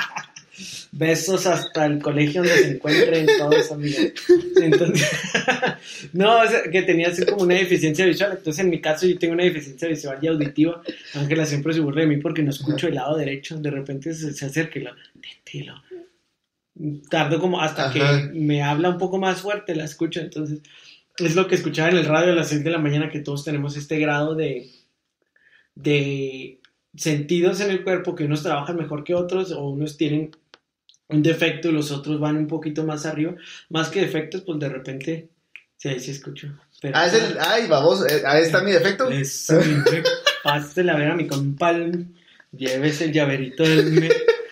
Besos hasta el colegio donde se encuentren todos, amigos. Entonces, no, o sea, que tenía así como una deficiencia visual. Entonces, en mi caso, yo tengo una deficiencia visual y auditiva. Ángela siempre se burla de mí porque no escucho el lado derecho. De repente se, se acerca y lo, "Tete, lo". Tardo como hasta Ajá. que me habla un poco más fuerte, la escucho. Entonces, es lo que escuchaba en el radio a las seis de la mañana, que todos tenemos este grado de, de sentidos en el cuerpo, que unos trabajan mejor que otros o unos tienen un defecto y los otros van un poquito más arriba. Más que defectos, pues de repente, sí, ahí sí escucho. Pero, Ah, es el. Ay, baboso. eh, Ahí está mi defecto. Eso, pásale a ver a mi compa, el- llévese el llaverito del me.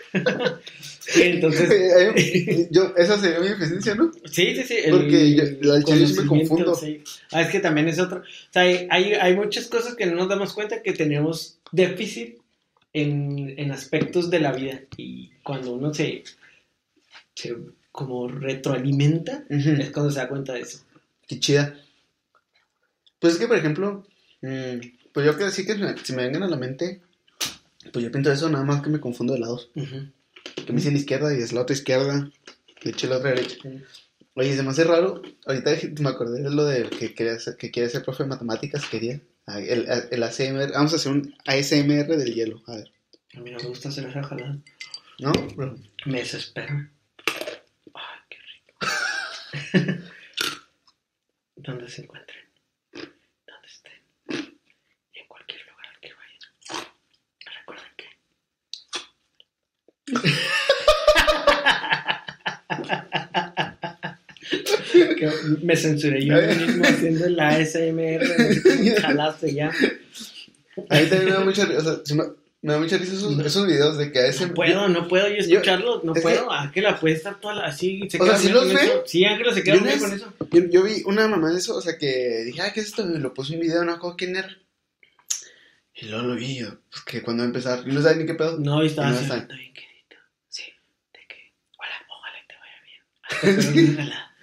Sí, entonces, Eh, yo, esa sería mi deficiencia, ¿no? sí, sí, sí. el Porque yo- la chile sí me conocimiento, confundo. sí. Ah, es que también es otro. O sea, hay, hay, hay muchas cosas que no nos damos cuenta que tenemos déficit en, en aspectos de la vida. Y cuando uno se, se como retroalimenta, Ujú. es cuando se da cuenta de eso. Qué chida. Pues es que, por ejemplo, mm, pues yo que sí que me- si me vengan a la mente, pues yo pinto eso, nada más que me confundo de lados. Ujú. Que me dicen izquierda y es la otra izquierda, le eché la otra derecha. Oye, se me hace raro, ahorita me acordé de lo de que quería ser, que quiere ser profe de matemáticas, quería. Ah, El, el A S M R, vamos a hacer un A S M R del hielo, a ver. A mí no me gusta hacer esa jalada. ¿No? Bro. Me desespero. Ay, qué rico. ¿Dónde se encuentren? ¿Dónde estén? Y en cualquier lugar al que vayan. Recuerden que... que me censuré yo mismo haciendo el A S M R. Jalaste ya. Ahí también me da mucha risa, o sea, se me, me da mucha risa esos, esos videos de que A S M R... No puedo, no puedo yo Yo- escucharlo, no es puedo. Ángela puede estar toda la, así. Se O sea, queda ¿sí bien los con ve? eso. Sí, Ángela se queda Yo bien una con vez- eso. Yo, yo vi una mamá de eso, o sea, que dije, ah, ¿qué es esto? Y lo puse un video, no acuerdo quién era. Y luego lo vi yo, pues que cuando va a empezar, yo no sabía ni qué pedo. No, y estaba Y no así, está. está bien quedito. Sí, de que, hola, ojalá te vaya bien. Hasta pero mírala,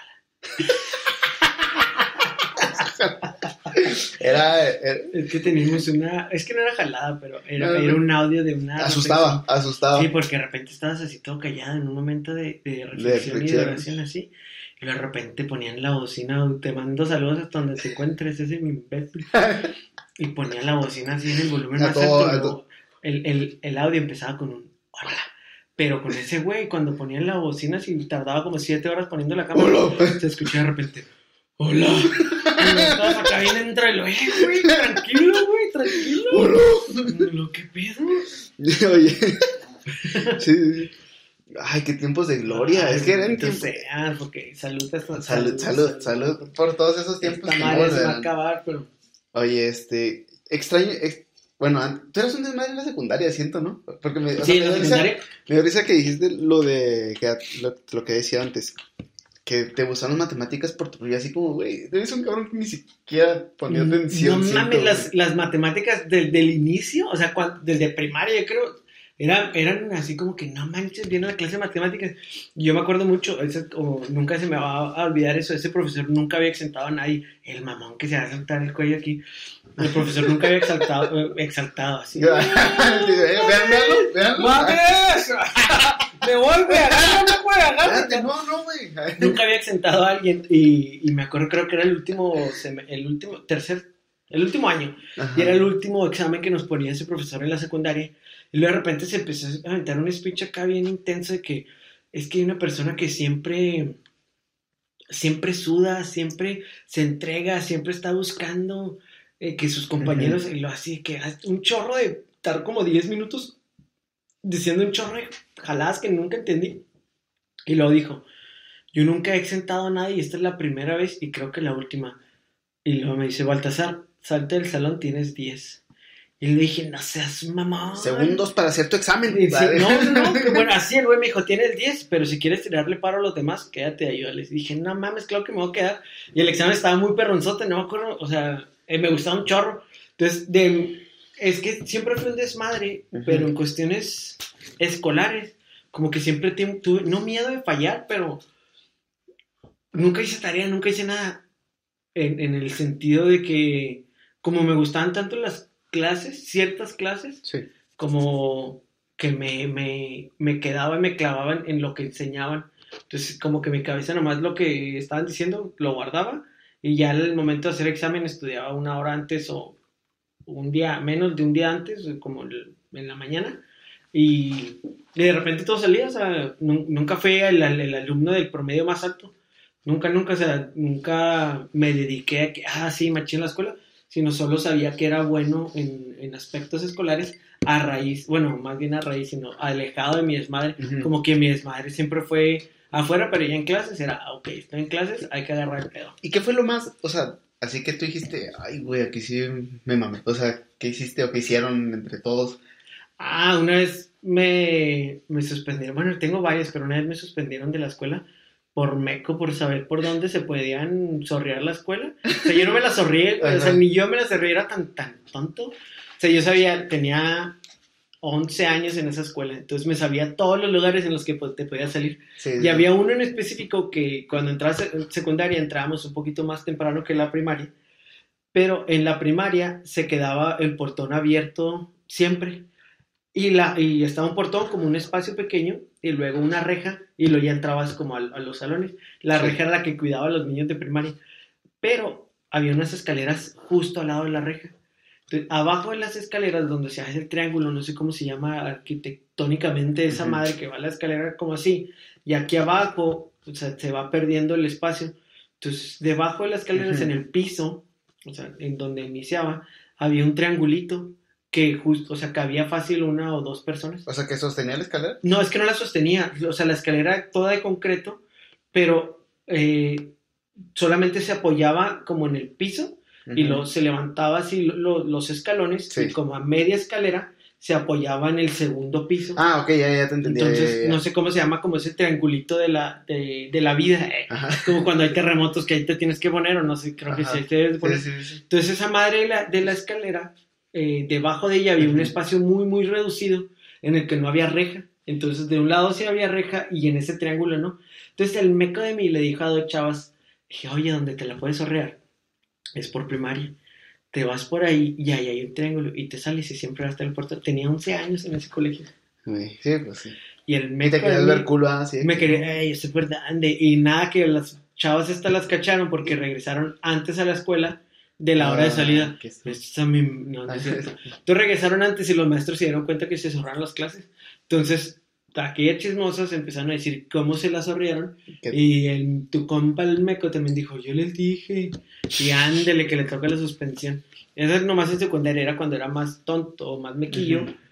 Era, era- es que teníamos una, es que no era jalada, pero era, No, no, era no. un audio de una asustaba, asustaba. reflexión. Sí, porque de repente estabas así todo callado en un momento de, de reflexión y de reflexión. oración así. Y de repente ponían la bocina, te mando saludos hasta donde te encuentres, ese mi imbécil. Y ponía la bocina así en el volumen A más todo, alto. a y luego todo. el, el, el audio empezaba con un hola. Pero con ese güey, cuando ponían la bocina, si tardaba como siete horas poniendo la cámara, Hola. se escuchaba de repente, hola. Y estabas acá bien entre lo, eh, güey, tranquilo, güey, tranquilo. Hola. Lo que pedo. Oye, sí, sí, sí. Ay, qué tiempos de gloria. Ay, es que eran bendito tiempos. sea, porque salud, hasta, Salud, salud, salud por todos esos tiempos. Esta que madre no se va a volverán. acabar, pero... Oye, este, extraño, ex- bueno, an- tú eras un desmadre en la secundaria, siento, ¿no? Porque me, o sea, Sí, me en la dio risa, secundaria. me dio risa que dijiste lo de, que, lo, lo que decía antes, que te gustaron las matemáticas por tu, y así como, güey, eres un cabrón que ni siquiera ponía atención. No siento, mames, güey. las, las matemáticas del, del inicio, o sea, cuan- desde primaria, yo creo, Era, eran así como que no manches, viene la clase de matemáticas. Y yo me acuerdo mucho, ese, como, nunca se me va a olvidar eso, ese profesor nunca había exaltado a nadie. El mamón que se va a saltar el cuello aquí. El profesor nunca había exaltado, exaltado así. Vean, veanlo, veanlo. ¡Mames! ¡Me voy, güey! ¡Agárrame, güey! ¡Agárrame! No, no, güey. Nunca había exentado a alguien y, y me acuerdo, creo que era el último, el último, tercer, el último año. Ajá. Y era el último examen que nos ponía ese profesor en la secundaria. Y luego de repente se empezó a aventar un speech acá bien intenso de que es que hay una persona que siempre, siempre suda, siempre se entrega, siempre está buscando eh, que sus compañeros, uh-huh. y lo así, que un chorro de estar como diez minutos diciendo un chorro de jaladas que nunca entendí. Y luego dijo, yo nunca he exentado a nadie y esta es la primera vez y creo que la última. Y luego me dice, Baltasar, salte del salón, tienes diez. Y le dije, no seas mamón. Segundos para hacer tu examen. Sí, no, no, no. Bueno, así el güey me dijo, tienes diez, pero si quieres tirarle paro a los demás, quédate, ayúdales. Y dije, no mames, claro que me voy a quedar. Y el examen estaba muy perronzote, no me acuerdo, o sea, eh, me gustaba un chorro. Entonces, de, es que siempre fue un desmadre, uh-huh. pero en cuestiones escolares, como que siempre tuve, no miedo de fallar, pero nunca hice tarea, nunca hice nada. En, en el sentido de que, como me gustaban tanto las clases, ciertas clases, sí. como que me, me, me quedaba y me clavaban en lo que enseñaban. Entonces, como que mi cabeza nomás lo que estaban diciendo lo guardaba y ya al momento de hacer examen estudiaba una hora antes o un día, menos de un día antes, como en la mañana, y, y de repente todo salía, o sea, nunca fui el, el alumno del promedio más alto, nunca, nunca, o sea, nunca me dediqué a que, ah, sí, machín en la escuela, sino solo sabía que era bueno en, en aspectos escolares a raíz, bueno, más bien a raíz, sino alejado de mi desmadre, uh-huh. como que mi desmadre siempre fue afuera, pero ya en clases era, ok, estoy en clases, hay que agarrar el pedo. ¿Y qué fue lo más, o sea, así que tú dijiste, ay, güey, aquí sí me mamé, o sea, qué hiciste o qué hicieron entre todos? Ah, una vez me, me suspendieron, bueno, tengo varias, pero una vez me suspendieron de la escuela por meco, por saber por dónde se podían zorrear la escuela. O sea, yo no me la zorrié, o sea, ni yo me la zorrié, era tan, tan tonto. O sea, yo sabía, tenía once años en esa escuela, entonces me sabía todos los lugares en los que te podías salir. Sí, y sí. Había uno en específico que cuando entrabas en secundaria entrábamos un poquito más temprano que en la primaria, pero en la primaria se quedaba el portón abierto siempre. Y, la, y estaba un portón como un espacio pequeño y luego una reja y luego ya entrabas como a, a los salones. La sí. reja era la que cuidaba a los niños de primaria, pero había unas escaleras justo al lado de la reja. Entonces, abajo de las escaleras donde se hace el triángulo, no sé cómo se llama arquitectónicamente esa uh-huh. madre que va a la escalera como así, y aquí abajo, o sea, se va perdiendo el espacio. Entonces, debajo de las escaleras uh-huh. en el piso, o sea, en donde iniciaba, había un triangulito que justo, o sea, cabía fácil una o dos personas. O sea, ¿que sostenía la escalera? No, es que no la sostenía, o sea, la escalera era toda de concreto, pero eh, solamente se apoyaba como en el piso, uh-huh. y luego se levantaba así lo, los escalones, sí. y como a media escalera se apoyaba en el segundo piso. Ah, ok, ya, ya te entendí. Entonces, ya, ya, ya. no sé cómo se llama, como ese triangulito de la, de, de la vida, eh. Como cuando hay terremotos que ahí te tienes que poner, o no sé, creo Ajá. que sí, ahí te debes poner. Sí, sí, sí. Entonces, esa madre de la, de la escalera, Eh, debajo de ella había uh-huh. un espacio muy muy reducido en el que no había reja, entonces de un lado sí había reja y en ese triángulo no. Entonces el meco de mí le dijo a dos chavas, dije, oye, ¿dónde te la puedes sorrear? Es por primaria, te vas por ahí y ahí hay un triángulo y te sales y siempre vas a estar en el puerto. Tenía once años en ese colegio. Sí, pues sí. Y el meco y te querías ver culo así. Me quería, ey, estoy grande. Y nada, que las chavas estas las cacharon porque regresaron antes a la escuela de la hora ah, de salida. Esto es a mí, no, no es cierto. Entonces regresaron antes y los maestros se dieron cuenta que se zorraron las clases. Entonces, aquellas chismosas empezaron a decir cómo se las zorrieron. ¿Qué? Y el, tu compa el meco también dijo, yo les dije. Y ándele que le toca la suspensión. Esa nomás en secundaria era cuando era más tonto, más mequillo, uh-huh.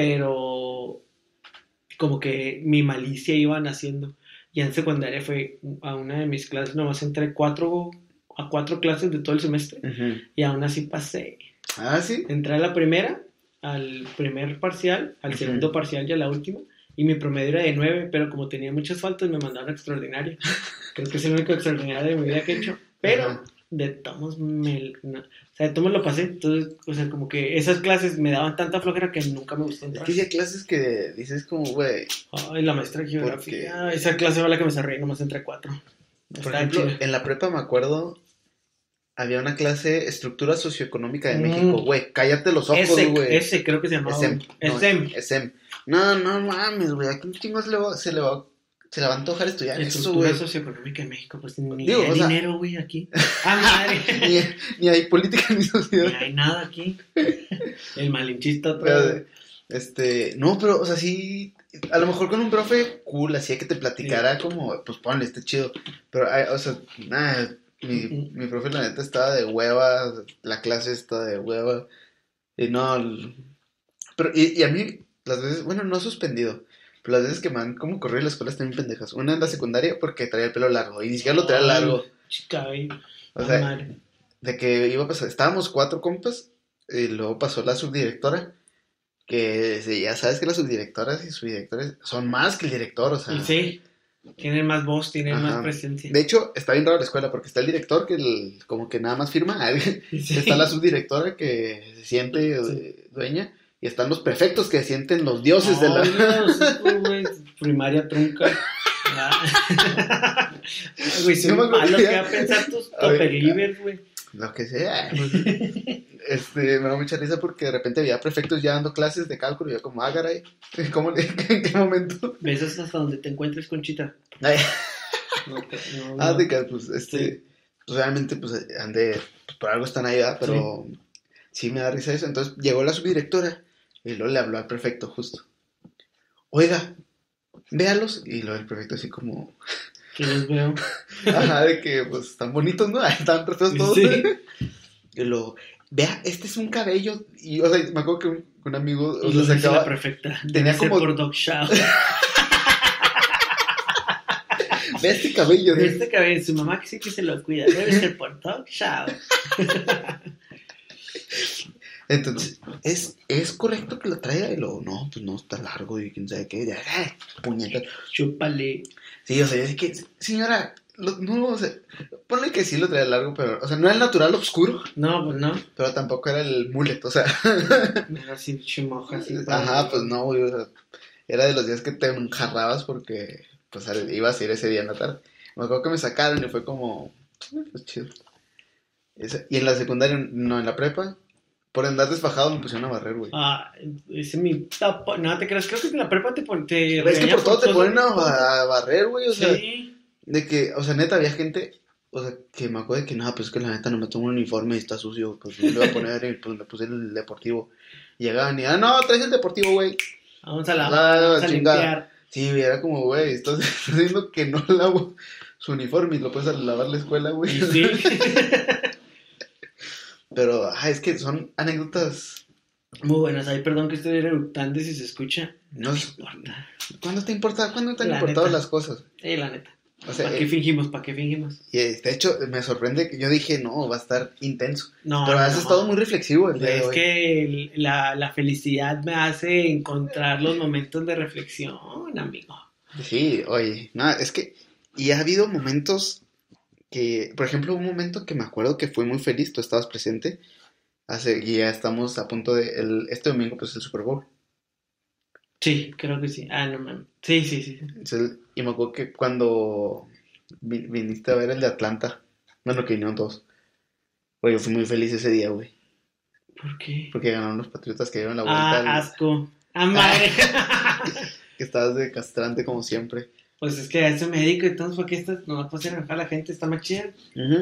pero como que mi malicia iba naciendo. Y en secundaria fue a una de mis clases, nomás entré cuatro... a cuatro clases de todo el semestre, uh-huh. y aún así pasé. ¿Ah, sí? Entré a la primera, al primer parcial, al uh-huh. segundo parcial y a la última, y mi promedio era de nueve, pero como tenía muchas faltas me mandaron extraordinario. Creo que es el único extraordinario de mi vida que he hecho, pero uh-huh. de tomos me... No. O sea, de tomos lo pasé, entonces, o sea, como que esas clases me daban tanta flojera que nunca me gustó Es entrar. que hay clases que dices como, güey. Ay, la maestra de geografía, esa clase fue la que me cerré, nomás entre cuatro. Por Estaba ejemplo, chida. en la prepa me acuerdo, había una clase Estructura Socioeconómica de Mm. México, güey, cállate los ojos, Ese, güey. ese creo que se llamaba. Esem. güey. No, Esem. Esem. No, no mames, güey, ¿a quién chingos le va- se le va, se le va a antojar estudiar eso, Estructura güey? socioeconómica de México, pues ni Digo, hay o sea- dinero, güey, aquí. Ah, madre. Ni, ni hay política ni sociedad. Ni hay nada aquí. El malinchista otra Pero, vez. Este, no, pero, o sea, sí, a lo mejor con un profe cool, así que te platicara como, pues ponle, está chido. Pero, ay, o sea, nada, mi, Ujú. mi profe la neta estaba de hueva, la clase está de hueva. Y no, el- pero, y, y a mí, las veces, bueno, no suspendido, pero las veces que me han como corrido en la escuela están bien pendejas. Una en la secundaria porque traía el pelo largo, y ni siquiera lo traía largo. Chica, güey. O Ah, sea, madre. de que iba a pasar, estábamos cuatro compas, y luego pasó la subdirectora, que sí, ya sabes que las subdirectoras y subdirectores son más que el director, o sea. Y sí, tienen más voz, tienen Ajá. más presencia. De hecho, está bien raro la escuela, porque está el director que el- como que nada más firma, Y sí. está la subdirectora que se siente eh, dueña, y están los prefectos que se sienten los dioses de la... Ay, no, sí, pues, güey, primaria trunca. Ah. Ay, güey, soy No me acuerdo malo que que ya- va a pensar tus A ver. topelivers, güey. Lo que sea. Este, me da mucha risa porque de repente había prefectos ya dando clases de cálculo y yo como, ah, caray, ¿cómo, le- ¿en qué momento? Besos hasta donde te encuentres, Conchita. Ay, No, te- no, ah, no. de que, pues, este, Sí. pues, realmente, pues, han de, pues, por algo están ahí, ¿verdad? Pero sí. me da risa eso. Entonces llegó la subdirectora y luego le habló al prefecto justo. Oiga, véalos. Y luego el prefecto así como, Que los veo. ajá, de que, pues, están bonitos, ¿no? Están perfectos todos. Sí. Y luego, vea, este es un cabello. Y, o sea, me acuerdo que un, un amigo, o Y sea, lo se dice acaba- la perfecta. tenía Debe ser como- por Dog Show. ve este cabello. de- Este cabello, su mamá que sí que se lo cuida. Debe ser por Dog Show. Entonces, ¿es, ¿es correcto que lo traiga? Y luego, no, pues no, está largo y quién sabe qué. Ya, ay, puñetas. Chúpale. Sí, o sea, yo sé que, señora, lo- no, o sea, ponle que sí lo traía largo, pero, o sea, no era el natural oscuro, No, pues no. pero tampoco era el mullet, o sea, Era así chimoja, así. ajá, pues no, güey, o sea, era de los días que te enjarrabas porque, pues, al- ibas a ir ese día en la tarde. Me acuerdo que me sacaron y fue como, "Eh, pues chido". Esa- y en la secundaria, no, en la prepa, por andar desfajado me pusieron a barrer, güey. Ah, ese es mi top. No te creas, creo que en la prepa te ponen. Te Es que regañan por todo te cosas- ponen a, ba- a barrer, güey, o sea, Sí. de que, o sea, neta, había gente, o sea, que me acuerdo de que, no, pues es que la neta no me tomo un uniforme y está sucio, pues me lo voy a poner y pues me puse el deportivo. Y llegaban y, ah, no, traes el deportivo, güey. Vamos a la Ah, vamos a chingada. limpiar. Sí, güey, era como, güey, estás estás diciendo que no lavo su uniforme y lo puedes lavar la escuela, güey. Y sí. Pero, ah, es que son anécdotas, Muy buenas. Ay, perdón que estoy eructando si se escucha. no No sé, importa. ¿cuándo te importa? ¿Cuándo te han La importado neta. las cosas? Eh, la neta. O sea, ¿Para qué eh, fingimos? ¿Para qué fingimos? y eh, de hecho, me sorprende que yo dije, no, va a estar intenso. No. Pero has no. estado muy reflexivo el día de Es hoy. que el- la, la felicidad me hace encontrar los momentos de reflexión, amigo. Sí, oye, no, es que, y ha habido momentos que, por ejemplo, un momento que me acuerdo que fue muy feliz, tú estabas presente, hace, y ya estamos a punto de, el, este domingo pues el Super Bowl. Sí, creo que sí. Ah, no mames. Sí, sí, sí. Entonces, y me acuerdo que cuando vi- viniste a ver el de Atlanta, bueno, que vinieron todos, oye, yo fui muy feliz ese día, güey, ¿Por qué? porque ganaron los Patriotas que dieron la vuelta, Ah, al- asco. Ah, madre. que estabas de castrante como siempre. Pues es que a eso me dedico, entonces, ¿para qué estás? No vas a hacer enojar a la gente, está más chida. Ujú.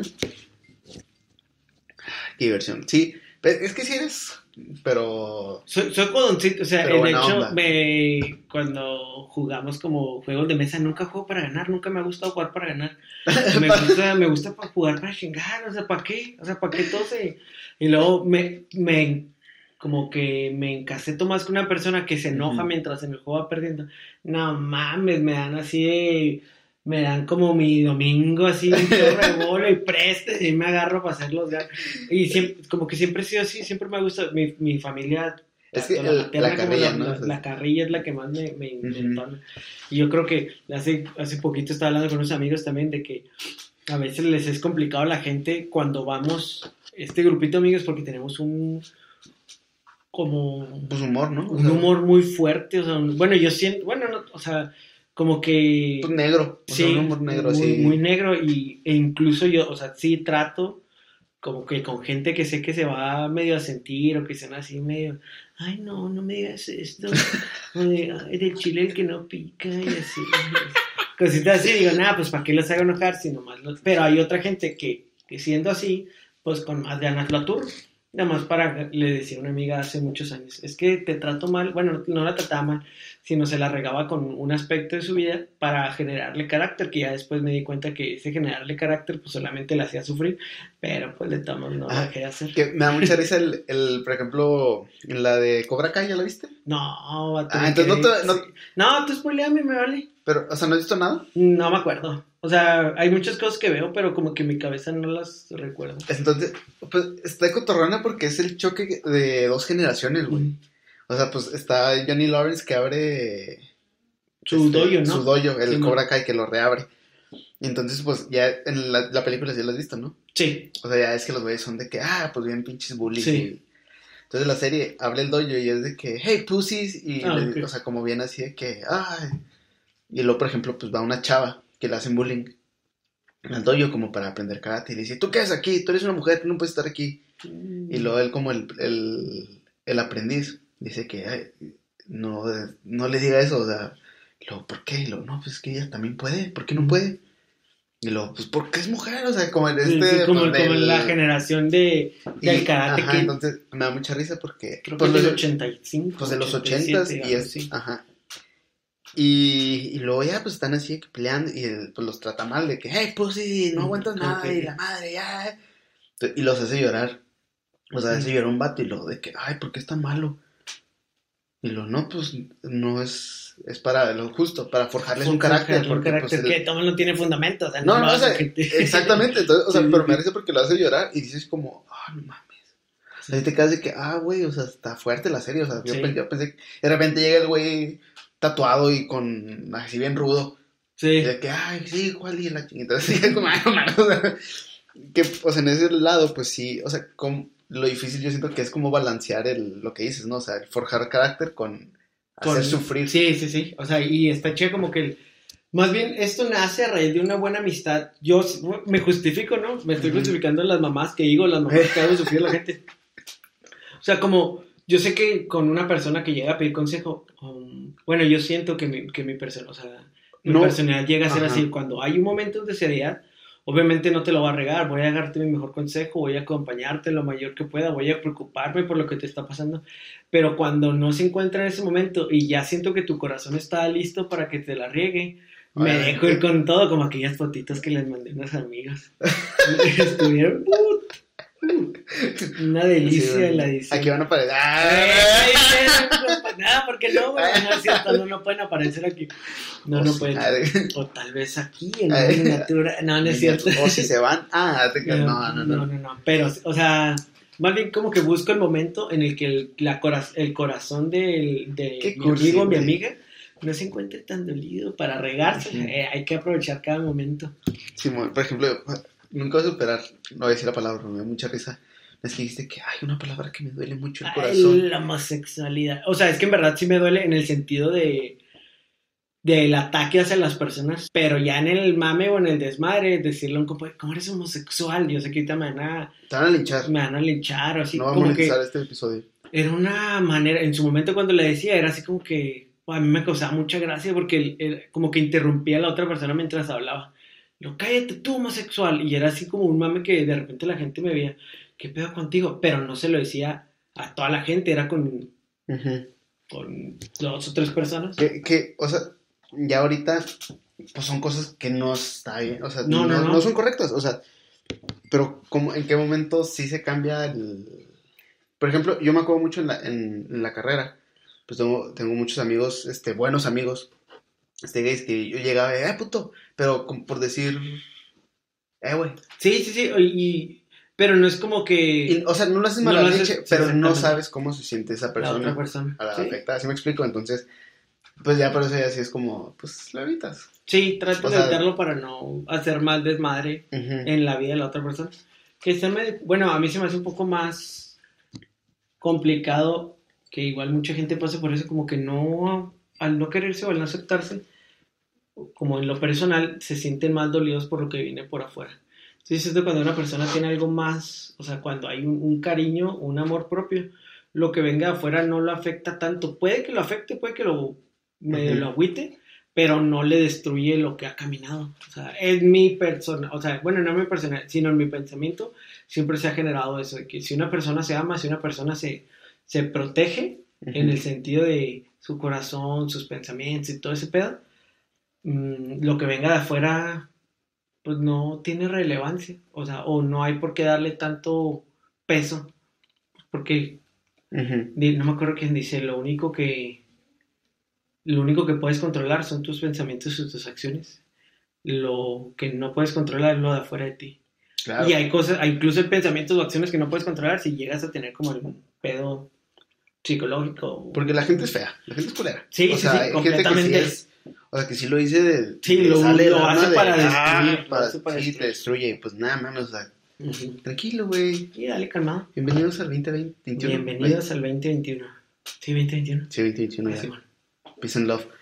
Qué diversión. Sí, pe- es que sí eres, pero Soy, soy codoncito, o sea, Pero el buena hecho, onda. me, cuando jugamos como juegos de mesa, nunca juego para ganar, nunca me ha gustado jugar para ganar. Me gusta, me gusta para jugar para chingar, o sea, ¿para qué? O sea, ¿para qué todo se...? Y luego me, me, como que me encaseto más con una persona que se enoja Ujú. mientras en el juego va perdiendo. No mames, me dan así de... Me dan como mi domingo así, un chorro de bola y preste, y me agarro para hacer los gatos. Y siempre, como que siempre he sido así, siempre me gusta. Mi, mi familia, Es que tanto el- materna la como carrilla, la, ¿no? la- O sea, la carrilla es la que más me, me, me Ujú. entona. Y yo creo que hace, hace poquito estaba hablando con unos amigos también de que a veces les es complicado a la gente cuando vamos, este grupito de amigos, porque tenemos un, como... Pues humor, ¿no? O un sea, humor muy fuerte, o sea, un- bueno, yo siento, bueno, no, o sea, como que... pues negro. O Sí, sea, un humor negro, muy, así. muy negro y, e incluso yo, o sea, sí trato como que con gente que sé que se va medio a sentir o que sean así medio, ay no, no me digas esto, o de, ay, del chile el que no pica y así, cositas así, digo, nada, pues para qué los hago enojar, si nomás los... Pero hay otra gente que, que siendo así, pues con más ganas lo aturo. Nada más para, le decía a una amiga hace muchos años, es que te trato mal, bueno, no la trataba mal, sino se la regaba con un aspecto de su vida para generarle carácter, que ya después me di cuenta que ese generarle carácter pues solamente la hacía sufrir, pero pues de todos no lo Ah, dejé de hacer. Que me da mucha risa el, el, por ejemplo, en la de Cobra Kai, ¿ya la viste? No, vato, Ah, me entonces no quedé- te- no- sí. No, tú spoileame, me vale. Pero, o sea, ¿no has visto nada? No me acuerdo. O sea, hay muchas cosas que veo, pero como que mi cabeza no las recuerdo. Entonces, pues, está cotorrona porque es el choque de dos generaciones, güey. Mm. O sea, pues, está Johnny Lawrence que abre... Su este, dojo, ¿no? Su dojo, el Sí, Cobra Kai que lo reabre. Y entonces, pues, ya en la, la película ya lo has visto, ¿no? Sí. O sea, ya es que los güeyes son de que, ah, pues bien pinches bullies. Sí. Y... Entonces la serie abre el dojo y es de que, hey, pussies. Y, Ah, le- ok. o sea, como bien así de que, ay. Y luego, por ejemplo, pues va una chava que le hacen bullying al dojo como para aprender karate. Y le dice, ¿tú qué haces aquí? Tú eres una mujer, tú no puedes estar aquí. Y luego él, como el, el, el aprendiz, dice que, ay, no, no le diga eso, o sea, y luego, ¿por qué? Y luego, no, pues es que ella también puede, ¿por qué no puede? Y luego, pues porque es mujer, o sea, como en Sí, este... sí, como, pues, como del- en la generación de, y- del karate ajá, que entonces me da mucha risa porque... creo que pues, es del los- ochenta y cinco. pues de los ochenta y ochentas siete, y algo es... así. Ajá. Y, y luego ya pues están así que peleando y él, pues los trata mal de que, hey, pussy, no Mm, aguantas nada ok. y la madre, ya. Y los hace llorar. O sea, hace llorar un vato y luego de que, ay, ¿por qué es tan malo? Y lo no, pues no es, es para lo justo, para forjarles un carácter. Un Porque, carácter pues, el- que todo no tiene fundamento. O sea, No, lo no, o hace sea, gente- exactamente. Entonces, o sea, Sí, pero sí, me sí. parece porque lo hace llorar y dices como, ah, no mames. O sea, ahí te quedas de que, ah, güey, o sea, está fuerte la serie. O sea, yo, Sí. pe- yo pensé que de repente llega el güey tatuado y con así bien rudo. Sí. Y de que, ay, sí, ¿cuál y la chingada? Entonces, como, ay, no mames, o sea, que, o sea, en ese lado, pues sí, o sea, con, lo difícil yo siento que es como balancear el, lo que dices, ¿no? O sea, el forjar carácter con hacer Con- sufrir. Sí, sí, sí. O sea, y está chido como que... el- Más bien, esto nace a raíz de una buena amistad. Yo s- me justifico, ¿no? Me estoy Ujú. justificando en las mamás que digo, las mamás que hago sufrir a la gente. O sea, como... Yo sé que con una persona que llega a pedir consejo... um, bueno, yo siento que mi, que mi persona... O sea, mi No. personalidad llega a ser Ajá. así. Cuando hay un momento de seriedad... Obviamente no te lo voy a regar, voy a darte mi mejor consejo, voy a acompañarte lo mayor que pueda, voy a preocuparme por lo que te está pasando, pero cuando no se encuentra en ese momento y ya siento que tu corazón está listo para que te la riegue, me Obviamente. dejo ir con todo, como aquellas fotitos que les mandé a unos amigos. Estuvieron uh, uh, una delicia Sí, la edición. aquí van a aparecer. Ay, ¡Ah! ay, ay, nada, porque no, güey, no es cierto, no, no pueden aparecer aquí. No, O no si- pueden. ah, de- O tal vez aquí, en Ay. la natura. No, no es cierto. O si se van, ah, te quedas- no, no, no. no, no, no. Pero, o sea, más bien como que busco el momento en el que el, la cora- el corazón del, de Qué mi cursi, amigo o mi güey. amiga no se encuentre tan dolido para regarse. Ujú. Eh, hay que aprovechar cada momento. Simón, por ejemplo, nunca voy a superar, no voy a decir la palabra, pero me da mucha risa. Es que dijiste que hay una palabra que me duele mucho el Ay, corazón. la homosexualidad. O sea, es que en verdad sí me duele en el sentido de del ataque hacia las personas, pero ya en el mame o en el desmadre, decirle a un compa, ¿cómo eres homosexual? Yo sé que ahorita me van a, Te van a linchar. me van a linchar o así. No va a como que monetizar este episodio. era una manera, en su momento cuando le decía, era así como que a mí me causaba mucha gracia porque él- él como que interrumpía a la otra persona mientras hablaba. Yo, cállate tú, homosexual. Y era así como un mame que de repente la gente me veía, ¿qué pedo contigo? Pero no se lo decía a toda la gente, era con, Ujú. con dos o tres personas. Que, que, o sea, ya ahorita, pues son cosas que no está bien, o sea, No, no, no, no, no. son correctas, o sea, pero como, ¿en qué momento sí se cambia el...? Por ejemplo, yo me acuerdo mucho en la, en, en la carrera, pues tengo, tengo muchos amigos, este, buenos amigos, este, gays, que yo llegaba, eh, puto, pero como por decir, eh, güey, Sí, sí, sí, y, pero no es como que Y, o sea, no lo haces No mala lo haces- leche, sí, pero no exactamente. sabes cómo se siente esa la persona. otra persona. A la Sí. afectada, ¿sí me explico? Entonces, pues ya por eso ya así es como, pues lo evitas. Sí, trato O de sea- evitarlo para no hacer más desmadre Ujú. en la vida de la otra persona. Que se me, bueno, a mí se me hace un poco más complicado, que igual mucha gente pasa por eso, como que no, al no quererse o al no aceptarse, como en lo personal, se sienten más dolidos por lo que viene por afuera. Entonces, siento cuando una persona tiene algo más, o sea, cuando hay un, un cariño, un amor propio, lo que venga de afuera no lo afecta tanto. Puede que lo afecte, puede que lo medio Ujú. lo agüite, pero no le destruye lo que ha caminado. O sea, es mi persona, o sea, bueno, no en mi persona, sino en mi pensamiento, siempre se ha generado eso, de que si una persona se ama, si una persona se, se protege, Ujú. en el sentido de su corazón, sus pensamientos y todo ese pedo, mmm, lo que venga de afuera, pues no tiene relevancia, o sea, o no hay por qué darle tanto peso, porque Ujú. di- no me acuerdo quién dice, lo único que lo único que puedes controlar son tus pensamientos y tus acciones. Lo que no puedes controlar es lo de afuera de ti. Claro. Y hay cosas, hay incluso hay pensamientos o acciones que no puedes controlar si llegas a tener como algún pedo psicológico. Porque la gente es fea, la gente es culera. Sí, o sí, sea, sí, hay gente que completamente. sí es, o sea, que sí lo dice de... Sí, le lo- sale el lo alma hace de, para ah, destruir, lo para- hace para sí, destruir. te destruye. Pues nada, mames, o sea, Ujú. tranquilo, güey. Y dale calmado. Bienvenidos al veinte veintiuno. Bienvenidos al veinte veintiuno. Sí, veinte veintiuno. Sí, veinte veintiuno Ah, ya. sí, bueno. Peace and love.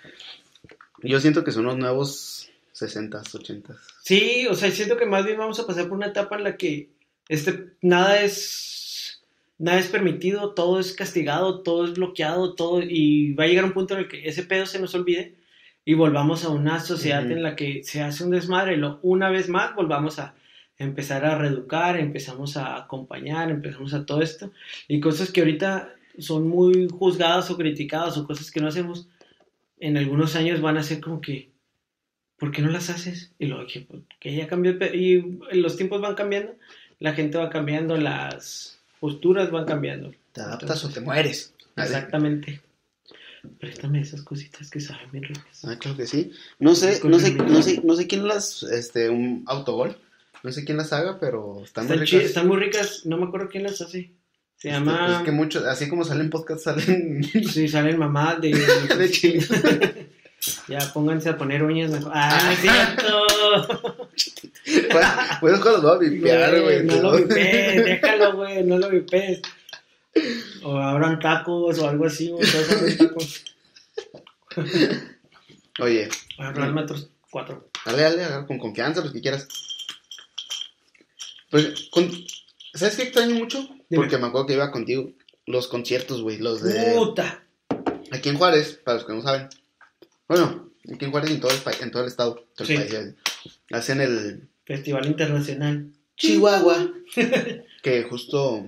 Yo siento que son los nuevos sesentas, ochentas. Sí, o sea, siento que más bien vamos a pasar por una etapa en la que este, nada es nada es permitido, todo es castigado, todo es bloqueado, todo, y va a llegar un punto en el que ese pedo se nos olvide y volvamos a una sociedad Ujú. en la que se hace un desmadre, lo, una vez más volvamos a empezar a reeducar, empezamos a acompañar, empezamos a todo esto, y cosas que ahorita son muy juzgadas o criticadas o cosas que no hacemos, en algunos años van a ser como que, ¿por qué no las haces? Y luego que, que ya cambió, el pe- y los tiempos van cambiando, la gente va cambiando, las posturas van cambiando. Te adaptas Entonces, o te mueres. exactamente. Préstame esas cositas que saben bien ricas. Ah, claro que sí. No sé, no sé, no sé, no sé quién las, este, un autogol. No sé quién las haga, pero están muy Están, ricas. chi- están muy ricas, no me acuerdo quién las hace. Se Este, llama... pues es que muchos, así como salen podcasts, salen Sí, salen mamás de... de chile. Ya, pónganse a poner uñas mejor. ¡Ah, no es cierto! Pues ojalá lo voy a vipear, güey. No lo pero- vipees, déjalo, güey, no lo vipees. O abran tacos o algo así, güey, todos abren tacos. Oye, Voy a hablar metros cuatro. dale, dale, agarra con confianza, los que quieras. Pues, con- ¿sabes qué extraño mucho? Dime. Porque me acuerdo que iba contigo. Los conciertos, güey, los de... ¡Puta! Aquí en Juárez, para los que no saben. Bueno, aquí en Juárez y en todo el, pa- en todo el estado. Todo el Sí. país, eh, hacen el Festival Internacional. Chihuahua. Que justo...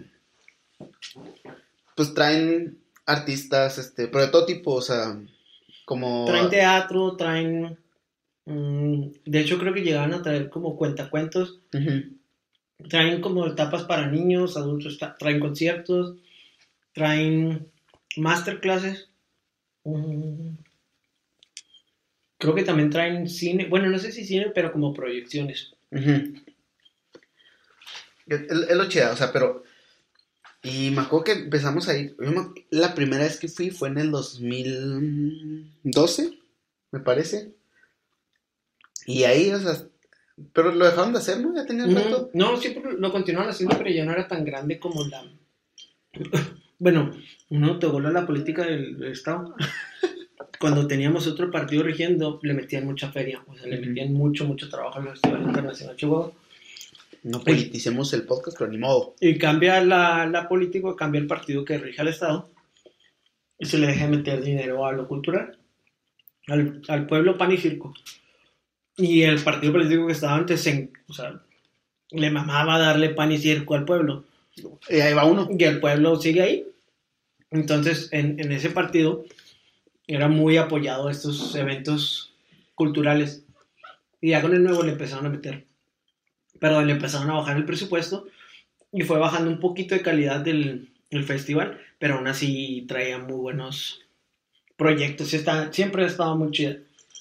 Pues traen artistas, este, pero de todo tipo, o sea, como... Traen teatro, traen... mm, de hecho, creo que llegaban a traer como cuentacuentos. Ujú. Traen como etapas para niños, adultos, tra- traen conciertos, traen masterclasses. Mm, creo que también traen cine, bueno, no sé si cine, pero como proyecciones. Ujú. Es, es- es lo chida, o sea, pero... Y me acuerdo que empezamos a ir... yo me- la primera vez que fui fue en el dos mil doce, me parece. Y ahí, o sea... Pero lo dejaron de hacer, ¿no? Ya tenía Mm, rato. no, siempre lo continuaron haciendo, pero ya no era tan grande como la... Bueno, uno te voló la política del, del Estado. Cuando teníamos otro partido rigiendo, le metían mucha feria, o sea, le Ujú. metían mucho, mucho trabajo al Festival Internacional Chihuahua. No politicemos el podcast, pero ni modo. Y cambia la, la política, cambia el partido que rige al Estado y se le deja meter dinero a lo cultural, al, al pueblo pan y circo. Y el partido político que estaba antes, se, o sea, le mamaba darle pan y circo al pueblo. Y ahí va uno. Y el pueblo sigue ahí. Entonces, en, en ese partido era muy apoyado estos eventos culturales. Y ya con el nuevo le empezaron a meter, perdón, le empezaron a bajar el presupuesto y fue bajando un poquito de calidad del, del festival, pero aún así traía muy buenos proyectos. Y está, siempre ha estado muy chida.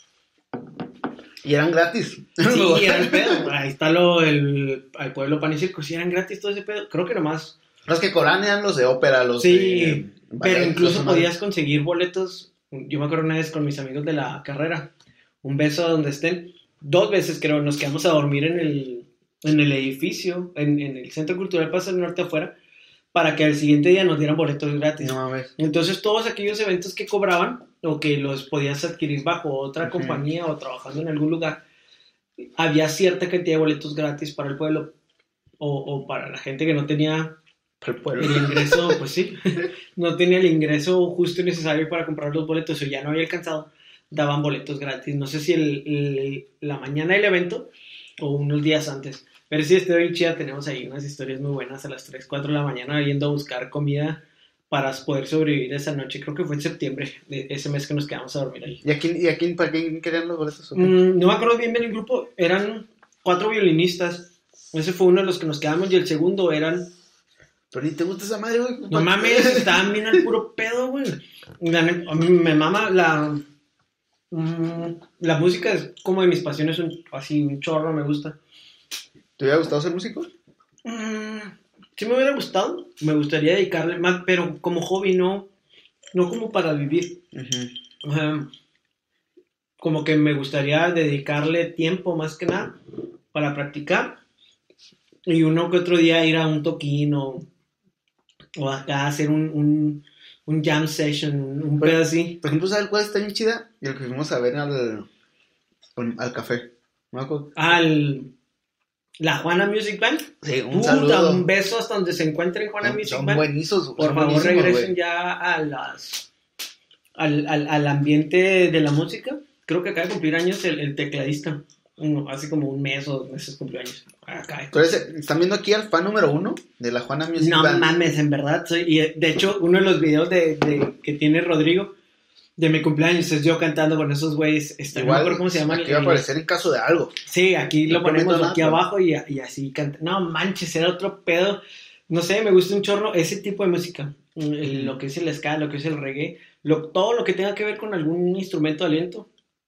Y eran gratis. Sí, era el pedo. Ahí está lo, el, al pueblo pan y circo. Sí, eran gratis todo ese pedo. Creo que nomás. Los que cobran eran los de ópera, los Sí, de... pero ballet, incluso los podías conseguir boletos. Yo me acuerdo una vez con mis amigos de la carrera. un beso a donde estén. Dos veces creo nos quedamos a dormir en el, en el edificio, en, en el Centro Cultural Plaza del Norte afuera, para que al siguiente día nos dieran boletos gratis. No mames. Entonces todos aquellos eventos que cobraban o que los podías adquirir bajo otra uh-huh. compañía o trabajando en algún lugar, había cierta cantidad de boletos gratis para el pueblo o, o para la gente que no tenía el, pueblo. el ingreso, pues sí, no tenía el ingreso justo y necesario para comprar los boletos o ya no había alcanzado, daban boletos gratis. No sé si el, el, la mañana del evento o unos días antes. Pero sí, estoy bien chida, tenemos ahí unas historias muy buenas a las tres, cuatro de la mañana yendo a buscar comida para poder sobrevivir esa noche. Creo que fue en septiembre, de ese mes que nos quedamos a dormir ahí. ¿Y a quién, y a quién, para quién querían los boletos? Mm, no me acuerdo bien del grupo, eran cuatro violinistas. Ese fue uno de los que nos quedamos y el segundo eran... Pero ni te gusta esa madre, güey. No mames, estaban bien al puro pedo, güey. A mí me mama la... Mm, la música es como de mis pasiones, un, así un chorro, me gusta. ¿Te hubiera gustado ser músico? Mm, sí me hubiera gustado. Me gustaría dedicarle más, pero como hobby, no, no como para vivir. Uh-huh. Uh, como que me gustaría dedicarle tiempo más que nada para practicar. Y uno que otro día ir a un toquín o, o acá hacer un, un, un jam session, un, un pedo así. Por ejemplo, ¿sabes cuál está bien chida? Y el que fuimos a ver al, al café. ¿No me acuerdo? Al... ¿La Juana Music Band? Sí, un Puta, saludo. Un beso hasta donde se encuentren Juana son, Music son Band. Buenísimos, Por son favor, regresen wey. ya a las al, al, al ambiente de la música. Creo que acaba de cumplir años el, el tecladista. Uno, hace como un mes o dos meses cumplió años. Acá. Entonces, ¿están viendo aquí al fan número uno de la Juana Music no Band? No mames, en verdad. Soy, y de hecho, uno de los videos de, de, que tiene Rodrigo de mi cumpleaños es yo cantando con esos güeyes. Está, Igual, no cómo se llama. Aquí va a aparecer en caso de algo. Sí, aquí lo no ponemos aquí nada, abajo y, y así canta. No manches, era otro pedo. No sé, me gusta un chorro ese tipo de música. El, lo que es el ska, lo que es el reggae. Lo, todo lo que tenga que ver con algún instrumento de aliento.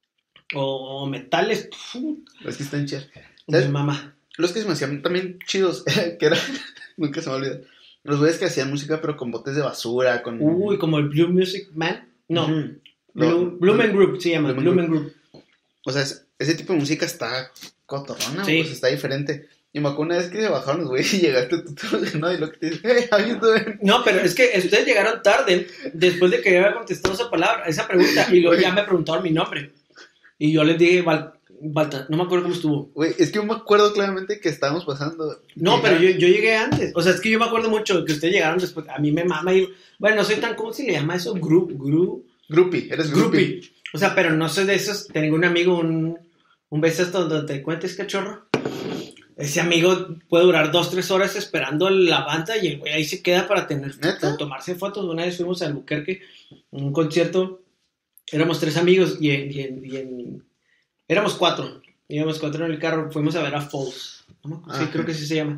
O, o metales. Es que están chidos. Mi mamá. Los que se me hacían también chidos, que era, nunca se me olvida. Los güeyes que hacían música pero con botes de basura, con... Uy, como el Blue Music Man. No, uh-huh. Blue, Blumen Group se llama, Blumen Group. O sea, es, ese tipo de música está cotorrona, sí. Pues está diferente. Y me acuerdo una vez que se bajaron los güeyes y llegaste tú, tú, ¿no? Y lo que te dice, hey, how you doing? No, pero es que ustedes llegaron tarde, después de que yo había contestado esa palabra, esa pregunta, y luego ya me preguntaron mi nombre. Y yo les dije, Val, Balta, no me acuerdo cómo estuvo. Güey, es que yo me acuerdo claramente que estábamos pasando. No, pero yo, yo llegué antes. O sea, es que yo me acuerdo mucho que ustedes llegaron después. A mí me mama ir. Bueno, no soy tan, ¿cómo se le llama eso? Group, group. Groupie, eres groupie. groupie. O sea, pero no soy de esos. Tengo un amigo, un, un beso hasta donde te cuentes, cachorro. Ese amigo puede durar dos, tres horas esperando la banda y el güey ahí se queda para tener, para tomarse fotos. Una vez fuimos a Albuquerque, un concierto. Éramos tres amigos y en, y en, y en éramos cuatro. Íbamos cuatro en el carro. Fuimos a ver a Falls. ¿No? Sí, Ajá. creo que así se llama.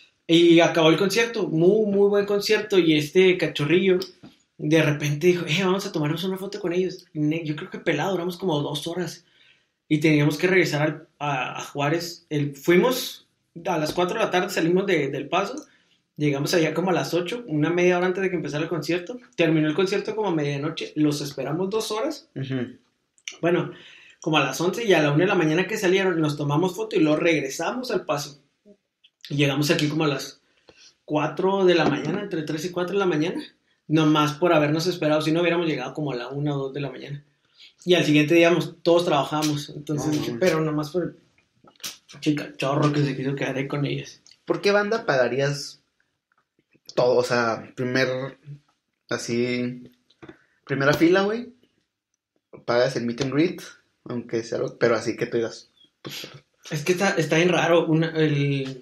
Y acabó el concierto. Muy, muy buen concierto. Y este cachorrillo de repente dijo, eh, vamos a tomarnos una foto con ellos. Yo creo que pelado, duramos como dos horas. Y teníamos que regresar al, a, a Juárez. El, fuimos a las cuatro de la tarde, salimos de, del Paso. Llegamos allá como a las ocho, una media hora antes de que empezara el concierto. Terminó el concierto como a medianoche. Los esperamos dos horas. Uh-huh. Bueno, como a las once y a la una de la mañana que salieron, nos tomamos foto y luego regresamos al Paso. Y llegamos aquí como a las cuatro de la mañana, entre tres y cuatro de la mañana. Nomás por habernos esperado, si no hubiéramos llegado como a la una o dos de la mañana. Y al siguiente día todos trabajamos. Entonces, no, pero nomás por el chica chorro que se quiso quedar ahí con ellas. ¿Por qué banda pagarías todo? O sea, primer, así, primera fila, güey. Pagas el meet and greet, aunque sea algo, pero así que te digas. Es que está, está bien raro. Una, el...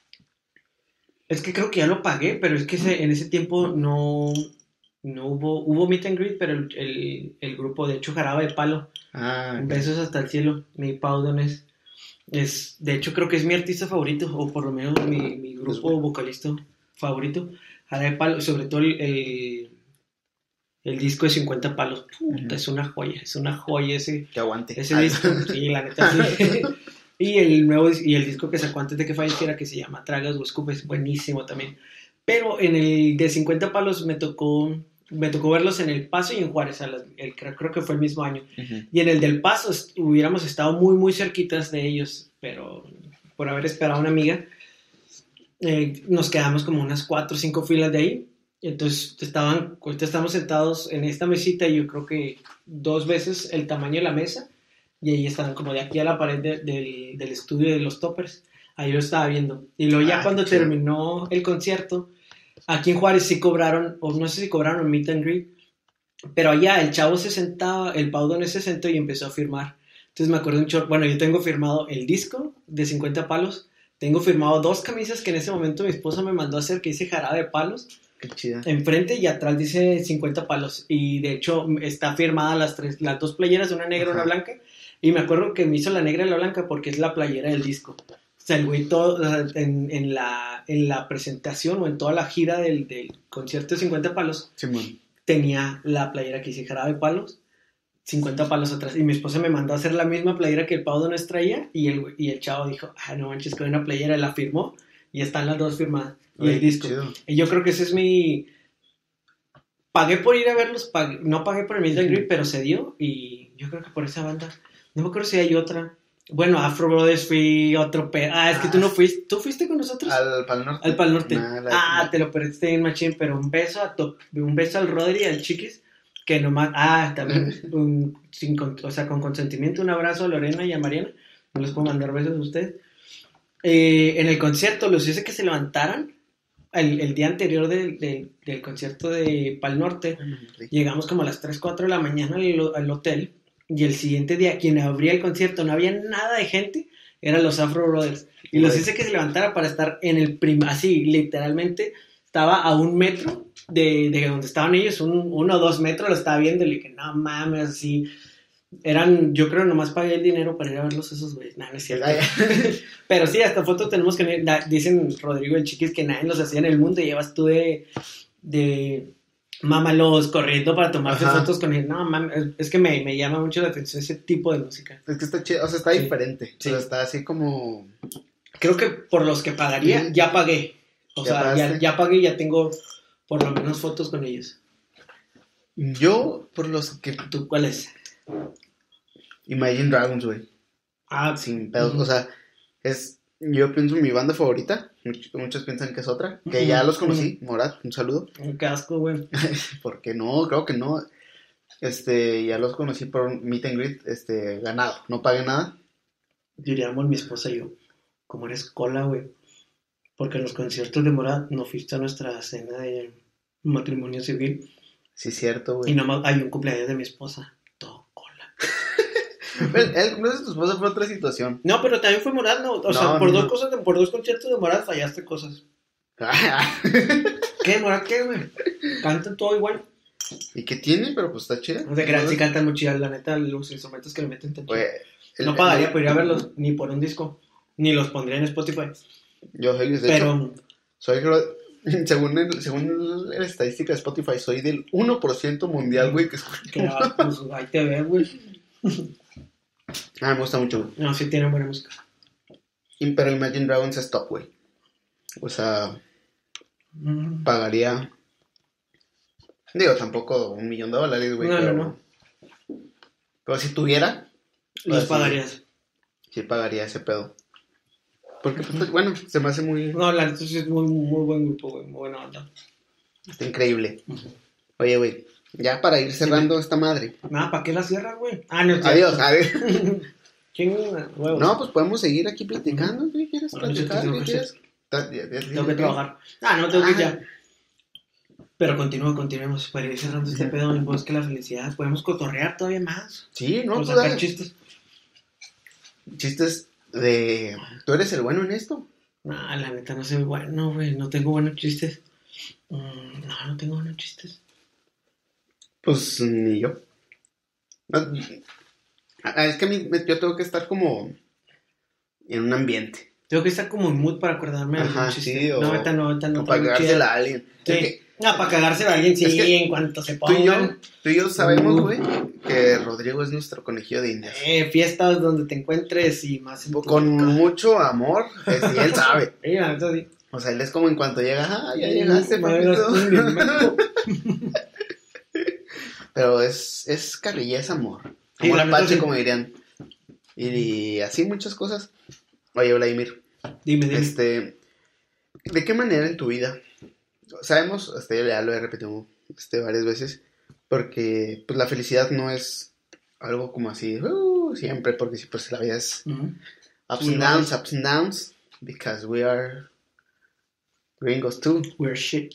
Es que creo que ya lo pagué, pero es que ese, en ese tiempo no, no hubo, hubo meet and greet, pero el, el, el grupo, de hecho, Jarabe de Palo. Ah, Besos hasta el cielo, mi Pau Donés. Es, de hecho, creo que es mi artista favorito, o por lo menos mi, mi grupo vocalista favorito. Jarabe de Palo, sobre todo el, el, el disco de cincuenta palos. Puta, uh-huh. Es una joya, es una joya ese. Que aguante. Ese disco, sí, la neta, sí. Y el nuevo y el disco que sacó antes de que falleciera, que se llama Tragas o Escupes, buenísimo también. Pero en el de cincuenta palos me tocó Me tocó verlos en El Paso y en Juárez, a las, el, creo, creo que fue el mismo año. Uh-huh. Y en el del Paso est- hubiéramos estado muy, muy cerquitas de ellos, pero por haber esperado a una amiga, eh, nos quedamos como unas cuatro o cinco filas de ahí. Entonces estaban, ahorita estamos sentados en esta mesita y yo creo que dos veces el tamaño de la mesa, y ahí estaban como de aquí a la pared de, de, del estudio de los Toppers. Ahí lo estaba viendo. Y luego ya ah, cuando chido. terminó el concierto, aquí en Juárez sí cobraron, o no sé si cobraron un meet and greet, pero allá el chavo se sentaba, el Paudone se sentó y empezó a firmar. Entonces me acuerdo un short, bueno, yo tengo firmado el disco de cincuenta palos, tengo firmado dos camisas que en ese momento mi esposa me mandó a hacer, que dice Jarabe de Palos. Qué chida. Enfrente y atrás dice cincuenta palos. Y de hecho está firmada las tres, las dos playeras, una negra y una blanca. Y me acuerdo que me hizo la negra y la blanca porque es la playera del disco. O sea, el güey todo, en, en, la, en la presentación o en toda la gira del, del concierto de cincuenta palos, Simón. tenía la playera que dice Jarabe de Palos, cincuenta palos atrás. Y mi esposa me mandó a hacer la misma playera que el Pau Donés traía. Y el, y el chavo dijo, ah, no manches, que una playera, la firmó. Y están las dos firmadas. Y Ay, el disco. chido. Y yo creo que ese es mi... Pagué por ir a verlos, pagué... no pagué por el meet and greet, pero se dio. Y yo creo que por esa banda... No me acuerdo si hay otra. Bueno, Afro Brothers fui otro... Pe... Ah, es que Ah, tú no fuiste. ¿Tú fuiste con nosotros? ¿Al Pal Norte? Al Pal Norte. Nah, la- ah, te lo perdiste en machín, pero un beso a to... un beso al Rodri y al Chiquis, que nomás... Ah, también, un... sin con... o sea, con consentimiento, un abrazo a Lorena y a Mariana. No les puedo mandar besos a ustedes. Eh, en el concierto los hice que se levantaran el, el día anterior del, del, del concierto de Pal Norte. Llegamos como a las tres, cuatro de la mañana al, al hotel, y el siguiente día quien abría el concierto, no había nada de gente, eran los Afro Brothers, y los hice que se levantara para estar en el prim, así literalmente estaba a un metro de, de donde estaban ellos, un, uno o dos metros, lo estaba viendo y le dije, no mames, así eran, yo creo nomás pagué el dinero para ir a verlos esos güeyes. No, no es cierto. Pero sí, hasta fotos tenemos que... Dicen Rodrigo y el Chiquis que nadie los hacía en el mundo. Y llevas tú de... de mámalos corriendo para tomarse Ajá. fotos con él. No, mames, es, es que me, me llama mucho la atención ese tipo de música. Es que está chido, o sea, está Sí. diferente. Sí. O sea, está así como... Creo que por los que pagaría, Sí. ya pagué. O ¿Ya sea, ya, pagaste? ya pagué y ya tengo por lo menos fotos con ellos. Yo, por los que... ¿Tú cuál es? Imagine Dragons, güey. Ah, Sin pedos. Ujú. O sea, es... Yo pienso mi banda favorita. Much- muchos piensan que es otra. Que Ujú. ya los conocí. Morat, un saludo. qué asco, güey. Porque no, creo que no. Este, ya los conocí por un meet and greet, este, ganado. No pagué nada. Diríamos mi esposa y yo, como eres cola, güey. Porque en los conciertos de Morat no fuiste a nuestra cena de matrimonio civil. Sí, cierto, Y güey. nomás hay un cumpleaños de mi esposa. Todo cola. El, el cumpleaños de tu esposa fue otra situación. No, pero también fue Morat, ¿no? O No, sea, por no. dos cosas, de- por dos conciertos de Morat fallaste cosas. ¿Qué, Morat, qué, güey? Cantan todo igual. ¿Y qué tiene? Pero pues está chida. No te creas, sí cantan muy chidas, la neta, los instrumentos que le meten tan Güey, chidos. el- No pagaría el- por ir a verlos, ni por un disco. Ni los pondría en Spotify. Yo soy, de hecho, Pero... soy, según, el, según la estadística de Spotify, soy del uno por ciento mundial, güey, que escucha. Que, ah, pues, ahí te ves, güey. Ah, me gusta mucho, güey. No, sí tienen buena música. Y- Pero Imagine Dragons es top, güey. O sea, Mm. pagaría... Digo, tampoco un millón de dólares, güey. No, no, pero, no. Pero si tuviera, Los pues, sí. pagarías. sí pagaría ese pedo. Porque, pues, bueno, se me hace muy... No, la neta sí es muy, muy buen grupo, güey. Muy buena onda. Está increíble. Ujú. Oye, güey, ya para ir cerrando esta madre. Nada, ¿para qué la cierras, güey? Ah, no, tío. Adiós, adiós. Chinga, huevos. No, pues podemos seguir aquí platicando. ¿Qué quieres Bueno, yo platicar? tengo ¿Qué que quieres? Ta- ya- ya- Tengo que ya- trabajar. Ah, no, tengo que ir Ah. ya. Pero continúo, continuemos. Para ir cerrando este Ya. pedo, mi voz que la felicidad. Podemos cotorrear todavía más. Sí, no, Por tú sacar dale. chistes. Chistes de... ¿Tú eres el bueno en esto? No, la neta no soy bueno, güey. No tengo buenos chistes. Mm, no, no tengo buenos chistes. Pues ni yo. No, ah, es que a mí me- yo tengo que estar como en un ambiente. Tengo que estar como en mood para acordarme de Ajá, algún chiste. sí, o- no, ahorita no, ahorita no. o para traigo cagársela chida. a alguien. Sí. Es que No, para cagársela a alguien, sí, Es que en cuanto se tú y yo, pongan. tú y yo sabemos, Uh. güey, que Rodrigo es nuestro conejillo de indias. Eh, fiestas donde te encuentres y más en tu Con casa. mucho amor, pues, y él sabe. Sí, la neta sí. O sea, él es como en cuanto llega, ah, ya Sí, llegaste, madre, papito. estoy bien, México. Pero es, es carrilla, es amor. Sí, Amor la neta, apache, sí. como dirían. Y, y así muchas cosas. Oye, Vladimir, Dime, dime. este, ¿de qué manera en tu vida? Sabemos, este, ya lo he repetido este, varias veces, porque pues la felicidad no es algo como así, uh, siempre, porque sí, pues la vida es Uh-huh. ups Sí, and vale. downs, ups and downs, because we are gringos too. We're shit.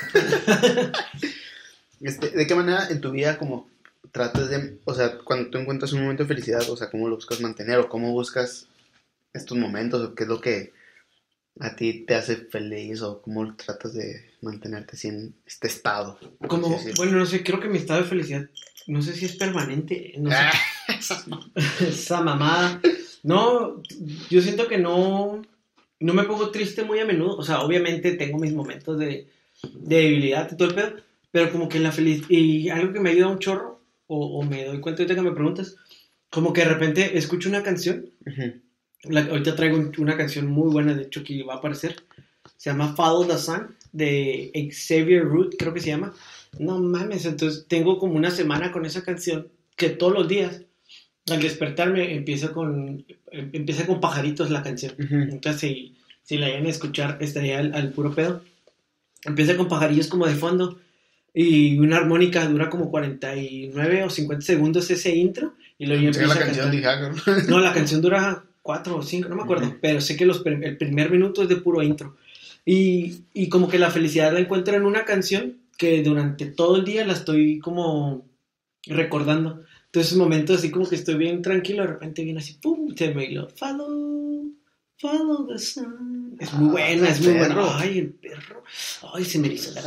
Este, ¿de qué manera en tu vida como tratas de, o sea, cuando tú encuentras un momento de felicidad, o sea, cómo lo buscas mantener o cómo buscas estos momentos o qué es lo que a ti te hace feliz o cómo tratas de mantenerte así en este estado? por Como, así decirlo? bueno, no sé, creo que mi estado de felicidad, no sé si es permanente, no sé, Ah, esas no. esa mamada. No, yo siento que no, no me pongo triste muy a menudo. O sea, obviamente tengo mis momentos de, de debilidad y todo el pedo, pero como que la felicidad, y algo que me ayuda un chorro, o, o me doy cuenta ahorita que me preguntas, como que de repente escucho una canción, Ujú. la, ahorita traigo un- una canción muy buena, de hecho que va a aparecer, se llama Follow the Sun, de Xavier Root, creo que se llama. No mames, entonces tengo como una semana con esa canción, que todos los días, al despertarme, empieza con, em- empieza con pajaritos la canción. Ujú. Entonces, si, si la llegan a escuchar, estaría al, al puro pedo. Empieza con pajarillos como de fondo y una armónica, dura como cuarenta y nueve o cincuenta segundos ese intro y luego ya Llega empieza la a canción, cantar. dije, ah, cabrón. No, la canción dura cuatro o cinco, no me acuerdo, Ujú. pero sé que los, prim- el primer minuto es de puro intro. Y, y como que la felicidad la encuentro en una canción que durante todo el día la estoy como recordando. Entonces, momentos así como que estoy bien tranquilo, de repente viene así, pum, se me lo follow, follow the sun. Es muy Ah, buena, es el muy buena. perro. Ay, el perro. Ay, se me erizó la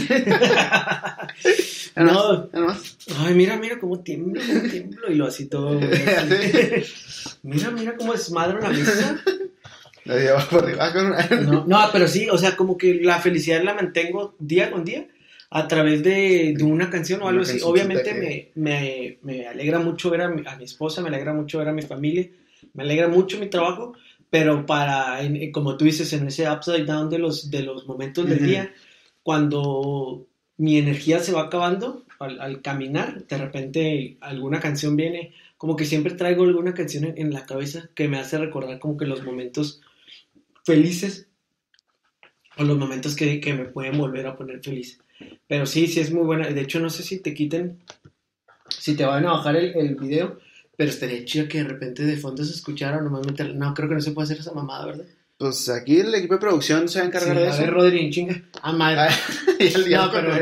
piel. No, Nada más. ay, mira, mira cómo tiemblo, cómo tiemblo. Y lo así todo. Mira, mira cómo desmadro la mesa. Lo de abajo para arriba, ah, cabrón. No, no, pero sí, o sea, como que la felicidad la mantengo día con día a través de, de una canción o Una algo así. cancioncita Obviamente que- me, me, me alegra mucho ver a mi, a mi esposa, me alegra mucho ver a mi familia, me alegra mucho mi trabajo, pero para, en- en- como tú dices, en ese upside down de los, de los momentos del Ujú. día, cuando mi energía se va acabando al, al caminar, de repente alguna canción viene, como que siempre traigo alguna canción en, en la cabeza que me hace recordar como que los momentos felices o los momentos que, que me pueden volver a poner feliz. Pero sí, sí es muy buena. De hecho, no sé si te quiten, si te van a bajar el, el video, pero estaría chido que de repente de fondo se escuchara o nomás meter... No, creo que no se puede hacer esa mamada, ¿verdad? Pues aquí el equipo de producción se va a encargar Sí, de a eso. ver, Rodri, en chinga. Ah, madre. Ah, y el día No, pero,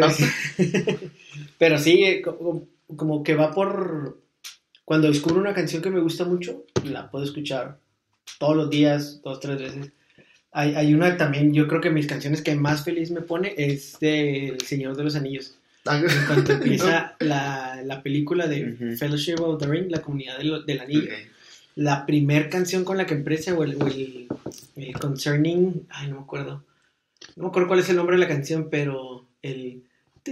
pero sí, eh, como, como que va por... Cuando descubro una canción que me gusta mucho, la puedo escuchar todos los días, dos, tres veces. Hay, hay una también, yo creo que mis canciones que más feliz me pone es de El Señor de los Anillos. En cuanto empieza la, la película de Ujú. Fellowship of the Ring, la comunidad del, del anillo, Ok. la primer canción con la que empieza, o el, o el, el Concerning, ay, no me acuerdo, no me acuerdo cuál es el nombre de la canción, pero el...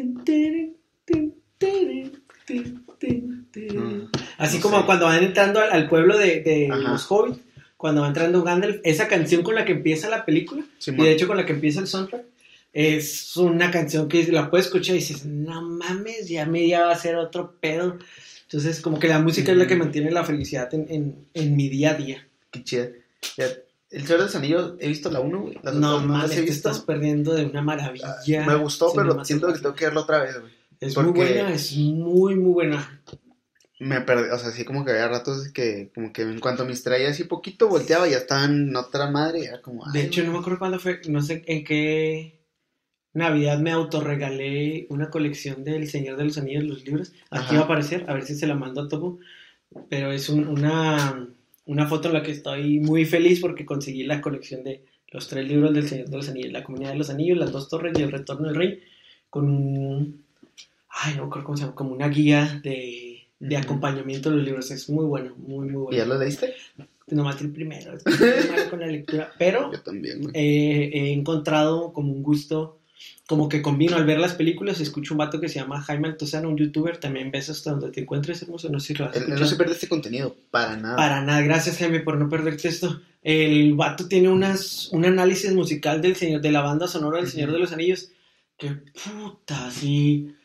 Mm, Así no como sé. cuando van entrando al, al pueblo de, de Ajá. los hobbits, cuando va entrando Gandalf, esa canción con la que empieza la película, Sí, y man. de hecho con la que empieza el soundtrack, es una canción que la puedes escuchar y dices, no mames, ya media va a ser otro pedo. Entonces, como que la música es la que mantiene la felicidad en, en, en mi día a día. Qué chida. Ya, el Señor de los Anillos, he visto la uno, güey. Las No otras no las mames, he te visto. estás perdiendo de una maravilla. Me gustó, pero siento que cinematográfica. tengo que verlo otra vez, güey. Es porque- muy buena, es muy, muy buena. Me perdí, o sea, sí como que había ratos que, como que en cuanto me distraía así poquito, volteaba y ya estaba en otra madre, y era como... De ay, hecho, no me acuerdo cuándo fue, no sé en qué Navidad me autorregalé una colección del Señor de los Anillos, los libros. Aquí Ajá. va a aparecer, a ver si se la mando a Topo. Pero es un- una, una foto en la que estoy muy feliz porque conseguí la colección de los tres libros del Señor de los Anillos: La Comunidad de los Anillos, Las Dos Torres y El Retorno del Rey, con un... Ay, no me acuerdo cómo se llama, como una guía de, de Ujú. acompañamiento de los libros. Es muy bueno, muy, muy ¿Y ya bueno. lo leíste? Nomás el primero, estoy muy malo con la lectura. Pero Yo también, güey. eh, he encontrado como un gusto, como que combino al ver las películas. Escucho un vato que se llama Jaime Altozano, un youtuber, también ves hasta donde te encuentres, hermoso, no sé si lo has Él, él no escuchado. se pierde este contenido, para nada. Para nada, gracias Jaime por no perderte esto. El vato tiene unas, un análisis musical del señor, de la banda sonora del Ujú. Señor de los Anillos, que puta, sí,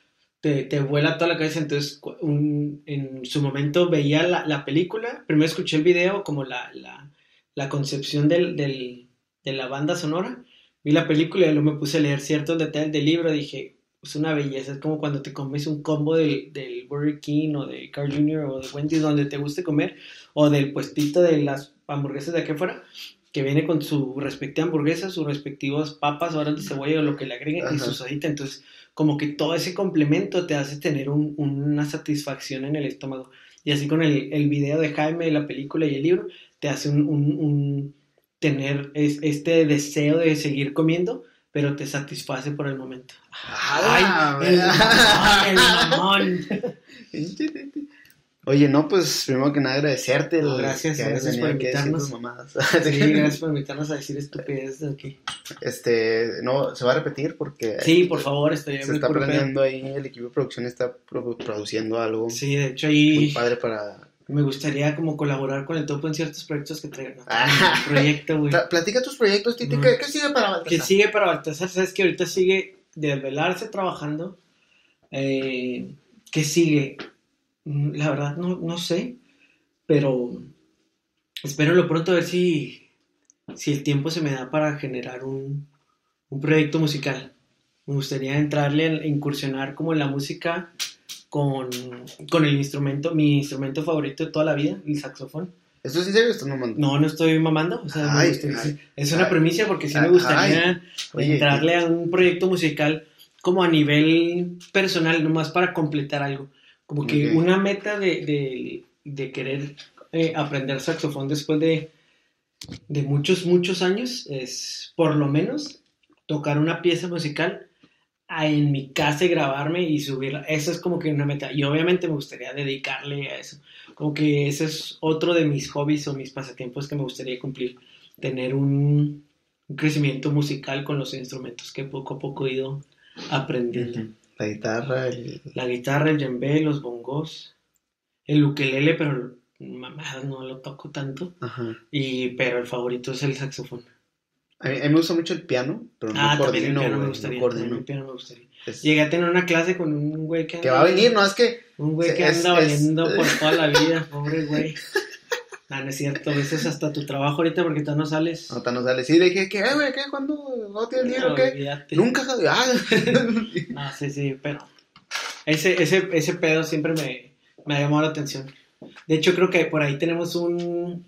te, te vuela toda la cabeza. Entonces, un, en su momento veía la, la película, primero escuché el video, como la, la, la concepción del, del, de la banda sonora, vi la película y luego me puse a leer ciertos detalles del libro, dije, es una belleza, es como cuando te comes un combo del, del Burger King o de Carl junior o de Wendy's, donde te guste comer, o del puestito de las hamburguesas de aquí afuera, que viene con su respectiva hamburguesa, sus respectivas papas, horas de cebolla o lo que le agreguen, y su sodita. Entonces, como que todo ese complemento te hace tener un, una satisfacción en el estómago. Y así con el, el video de Jaime, la película y el libro, te hace un, un, un tener es, este deseo de seguir comiendo, pero te satisface por el momento. Ah, ¡Ay! El mamón, el mamón. Oye, no, pues primero que nada agradecerte. No, gracias, que gracias por invitarnos. Sí, gracias por invitarnos a decir estupideces aquí. Este, no, se va a repetir porque... Sí, por favor, estoy Se está planeando ahí, el equipo de producción está produciendo algo. Sí, de hecho ahí... Muy padre para... Me gustaría como colaborar con el topo en ciertos proyectos que traigan. ¿No? Ah, proyecto, güey. Platica tus proyectos, Titi. Mm. ¿Qué, ¿Qué sigue para Baltasar? ¿Qué sigue para Baltasar? Sabes que ahorita sigue desvelarse trabajando. Eh, ¿Qué sigue? La verdad no, no sé, pero espero lo pronto a ver si, si el tiempo se me da para generar un, un proyecto musical. Me gustaría entrarle, a incursionar como en la música con, con el instrumento, mi instrumento favorito de toda la vida, el saxofón. ¿Esto es en serio o estás mamando? No, no estoy mamando, o sea, ay, gustaría, ay, es una ay, premisa porque sí ay, me gustaría ay, entrarle oye, a un proyecto musical como a nivel personal, nomás para completar algo. Como que okay. Una meta de, de, de querer eh, aprender saxofón después de, de muchos, muchos años es por lo menos tocar una pieza musical en mi casa y grabarme y subirla. Eso es como que una meta. Y obviamente me gustaría dedicarle a eso. Como que ese es otro de mis hobbies o mis pasatiempos que me gustaría cumplir. Tener un, un crecimiento musical con los instrumentos que poco a poco he ido aprendiendo. Uh-huh. La guitarra, el... La guitarra, el djembe, los bongos, el ukelele, pero mamá, no lo toco tanto. Ajá. Y, pero el favorito es el saxofón. A mí, a mí me gusta mucho el piano, pero no ah, coordino, el piano güey, me gustaría, no coordino. El piano me gustaría. Es... Llegué a tener una clase con un güey que... Que anda, va a venir, no, es que... Un güey que es, anda es, valiendo es... por toda la vida, pobre güey. Ah, no es cierto, a veces hasta tu trabajo ahorita porque tú no sales. No, no sales. Sí, le dije, ¿qué, güey? ¿Qué? ¿Cuándo? ¿No tienes libro? No, ¿Qué? Olvídate. Nunca. Ah. No, sí, sí, pero... Ese, ese, ese pedo siempre me, me ha llamado la atención. De hecho, creo que por ahí tenemos un...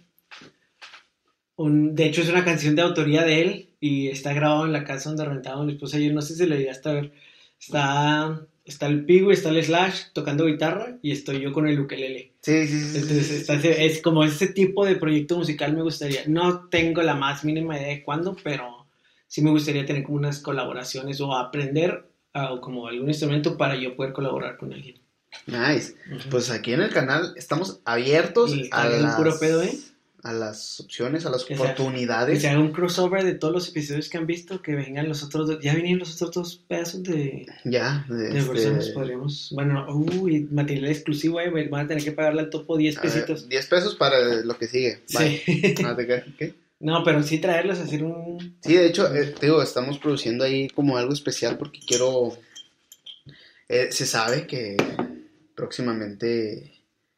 un de hecho, es una canción de autoría de él y está grabado en la casa donde rentábamos mi esposa y yo. No sé si le llegaste a ver. Está, está el Pigu, está el Slash tocando guitarra y estoy yo con el ukelele. Sí, sí, sí. Entonces, sí, sí, está, sí. es como ese tipo de proyecto musical me gustaría. No tengo la más mínima idea de cuándo, pero sí me gustaría tener como unas colaboraciones o aprender o como algún instrumento para yo poder colaborar con alguien. Nice. Uh-huh. Pues aquí en el canal estamos abiertos a las, puro pedo, ¿eh? a las opciones, a las que oportunidades. Sea, que se haga un crossover de todos los episodios que han visto, que vengan los otros dos. Ya vinieron los otros dos pedazos de, ya, de, de este... personas, podríamos. Bueno, uy, material exclusivo, eh, van a tener que pagarle al topo diez pesitos. Ver, diez pesos para lo que sigue. Bye. Sí. No, ¿qué? No, pero sí traerlos, hacer un... Sí, de hecho, eh, te digo, estamos produciendo ahí como algo especial porque quiero... Eh, se sabe que próximamente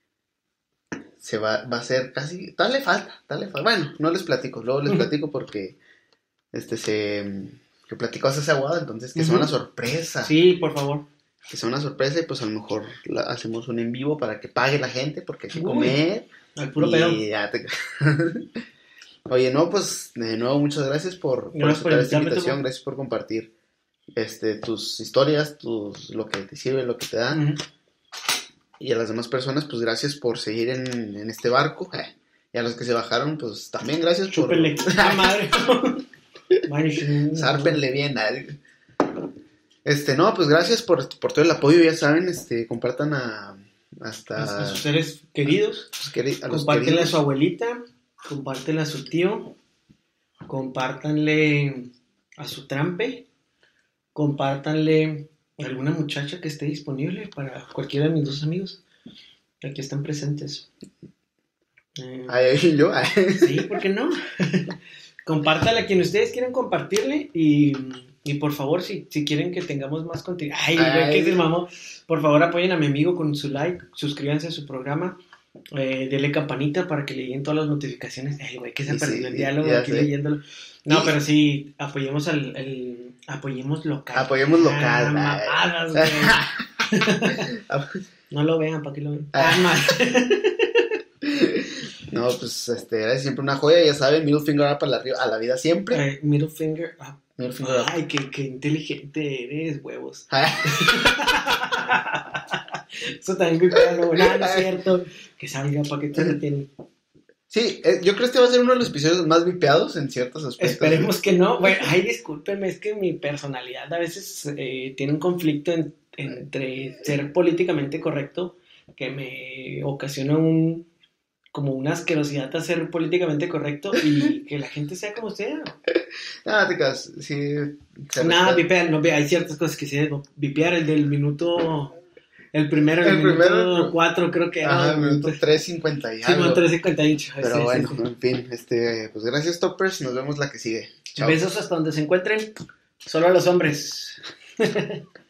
se va, va a ser casi... Tal le falta, tal le falta. Bueno, no les platico, luego les platico porque este se... Que platico hace aguado, entonces que uh-huh. sea una sorpresa. Sí, por favor. Que sea una sorpresa y pues a lo mejor la, hacemos un en vivo para que pague la gente porque hay que comer. Al puro pedo. Te... Oye, no, pues de nuevo muchas gracias por, por gracias aceptar esta invitación, todo. Gracias por compartir este, tus historias, tus, lo que te sirve, lo que te da. Uh-huh. Y a las demás personas, pues gracias por seguir en, en este barco. Eh, y a los que se bajaron, pues también gracias Chúpenle. por... ¡La madre! Zárpenle bien. ¿eh? Este, no, pues gracias por, por todo el apoyo, ya saben, este, compartan a... Hasta... A sus seres queridos. Pues, queri- a los compártenle queridos. a su abuelita, compártenle a su tío, compártanle a su trampe, compártanle a alguna muchacha que esté disponible para cualquiera de mis dos amigos. Aquí están presentes. Eh, Ay, yo. Sí, ¿por qué no? Compártanle a quien ustedes quieran compartirle y Y por favor, si, si quieren que tengamos más contenido, ay, güey, Ay. que se mamó. Por favor, apoyen a mi amigo con su like, suscríbanse a su programa, eh, denle campanita para que le lleguen todas las notificaciones. Ay, güey, que se Y perdió sí, el diálogo ya aquí sé. leyéndolo. No, Y- pero sí, apoyemos al, el, apoyemos local. Apoyemos local, Ah, ay. mamadas, güey. No lo vean, ¿para qué lo ven? Ah. Ah, mal. No, pues este, era siempre una joya, ya saben, middle finger up a la, a la vida siempre. Eh, middle finger up. Middle finger up. Ay, qué, qué inteligente eres, huevos. Eso también me pega, no, nada, no es cierto. Que salga para que te retienen. Sí, eh, yo creo que este va a ser uno de los episodios más vipeados en ciertos aspectos. Esperemos que no. Bueno, ay, discúlpenme, es que mi personalidad a veces eh, tiene un conflicto en- entre ser políticamente correcto, que me ocasiona un como una asquerosidad a ser políticamente correcto, y que la gente sea como sea. Nada, te quedas, sí. se Nada, respeta. vipear, no, hay ciertas cosas que sí debo vipear, el del minuto, el primero, el, El minuto primero- cuatro creo que era. Ajá, el minuto tres cincuenta y Sí, algo. no, tres cincuenta y ocho. Pero sí, sí, bueno, sí. en fin, este, pues gracias Toppers, nos vemos la que sigue. Chao. Besos hasta donde se encuentren, solo a los hombres.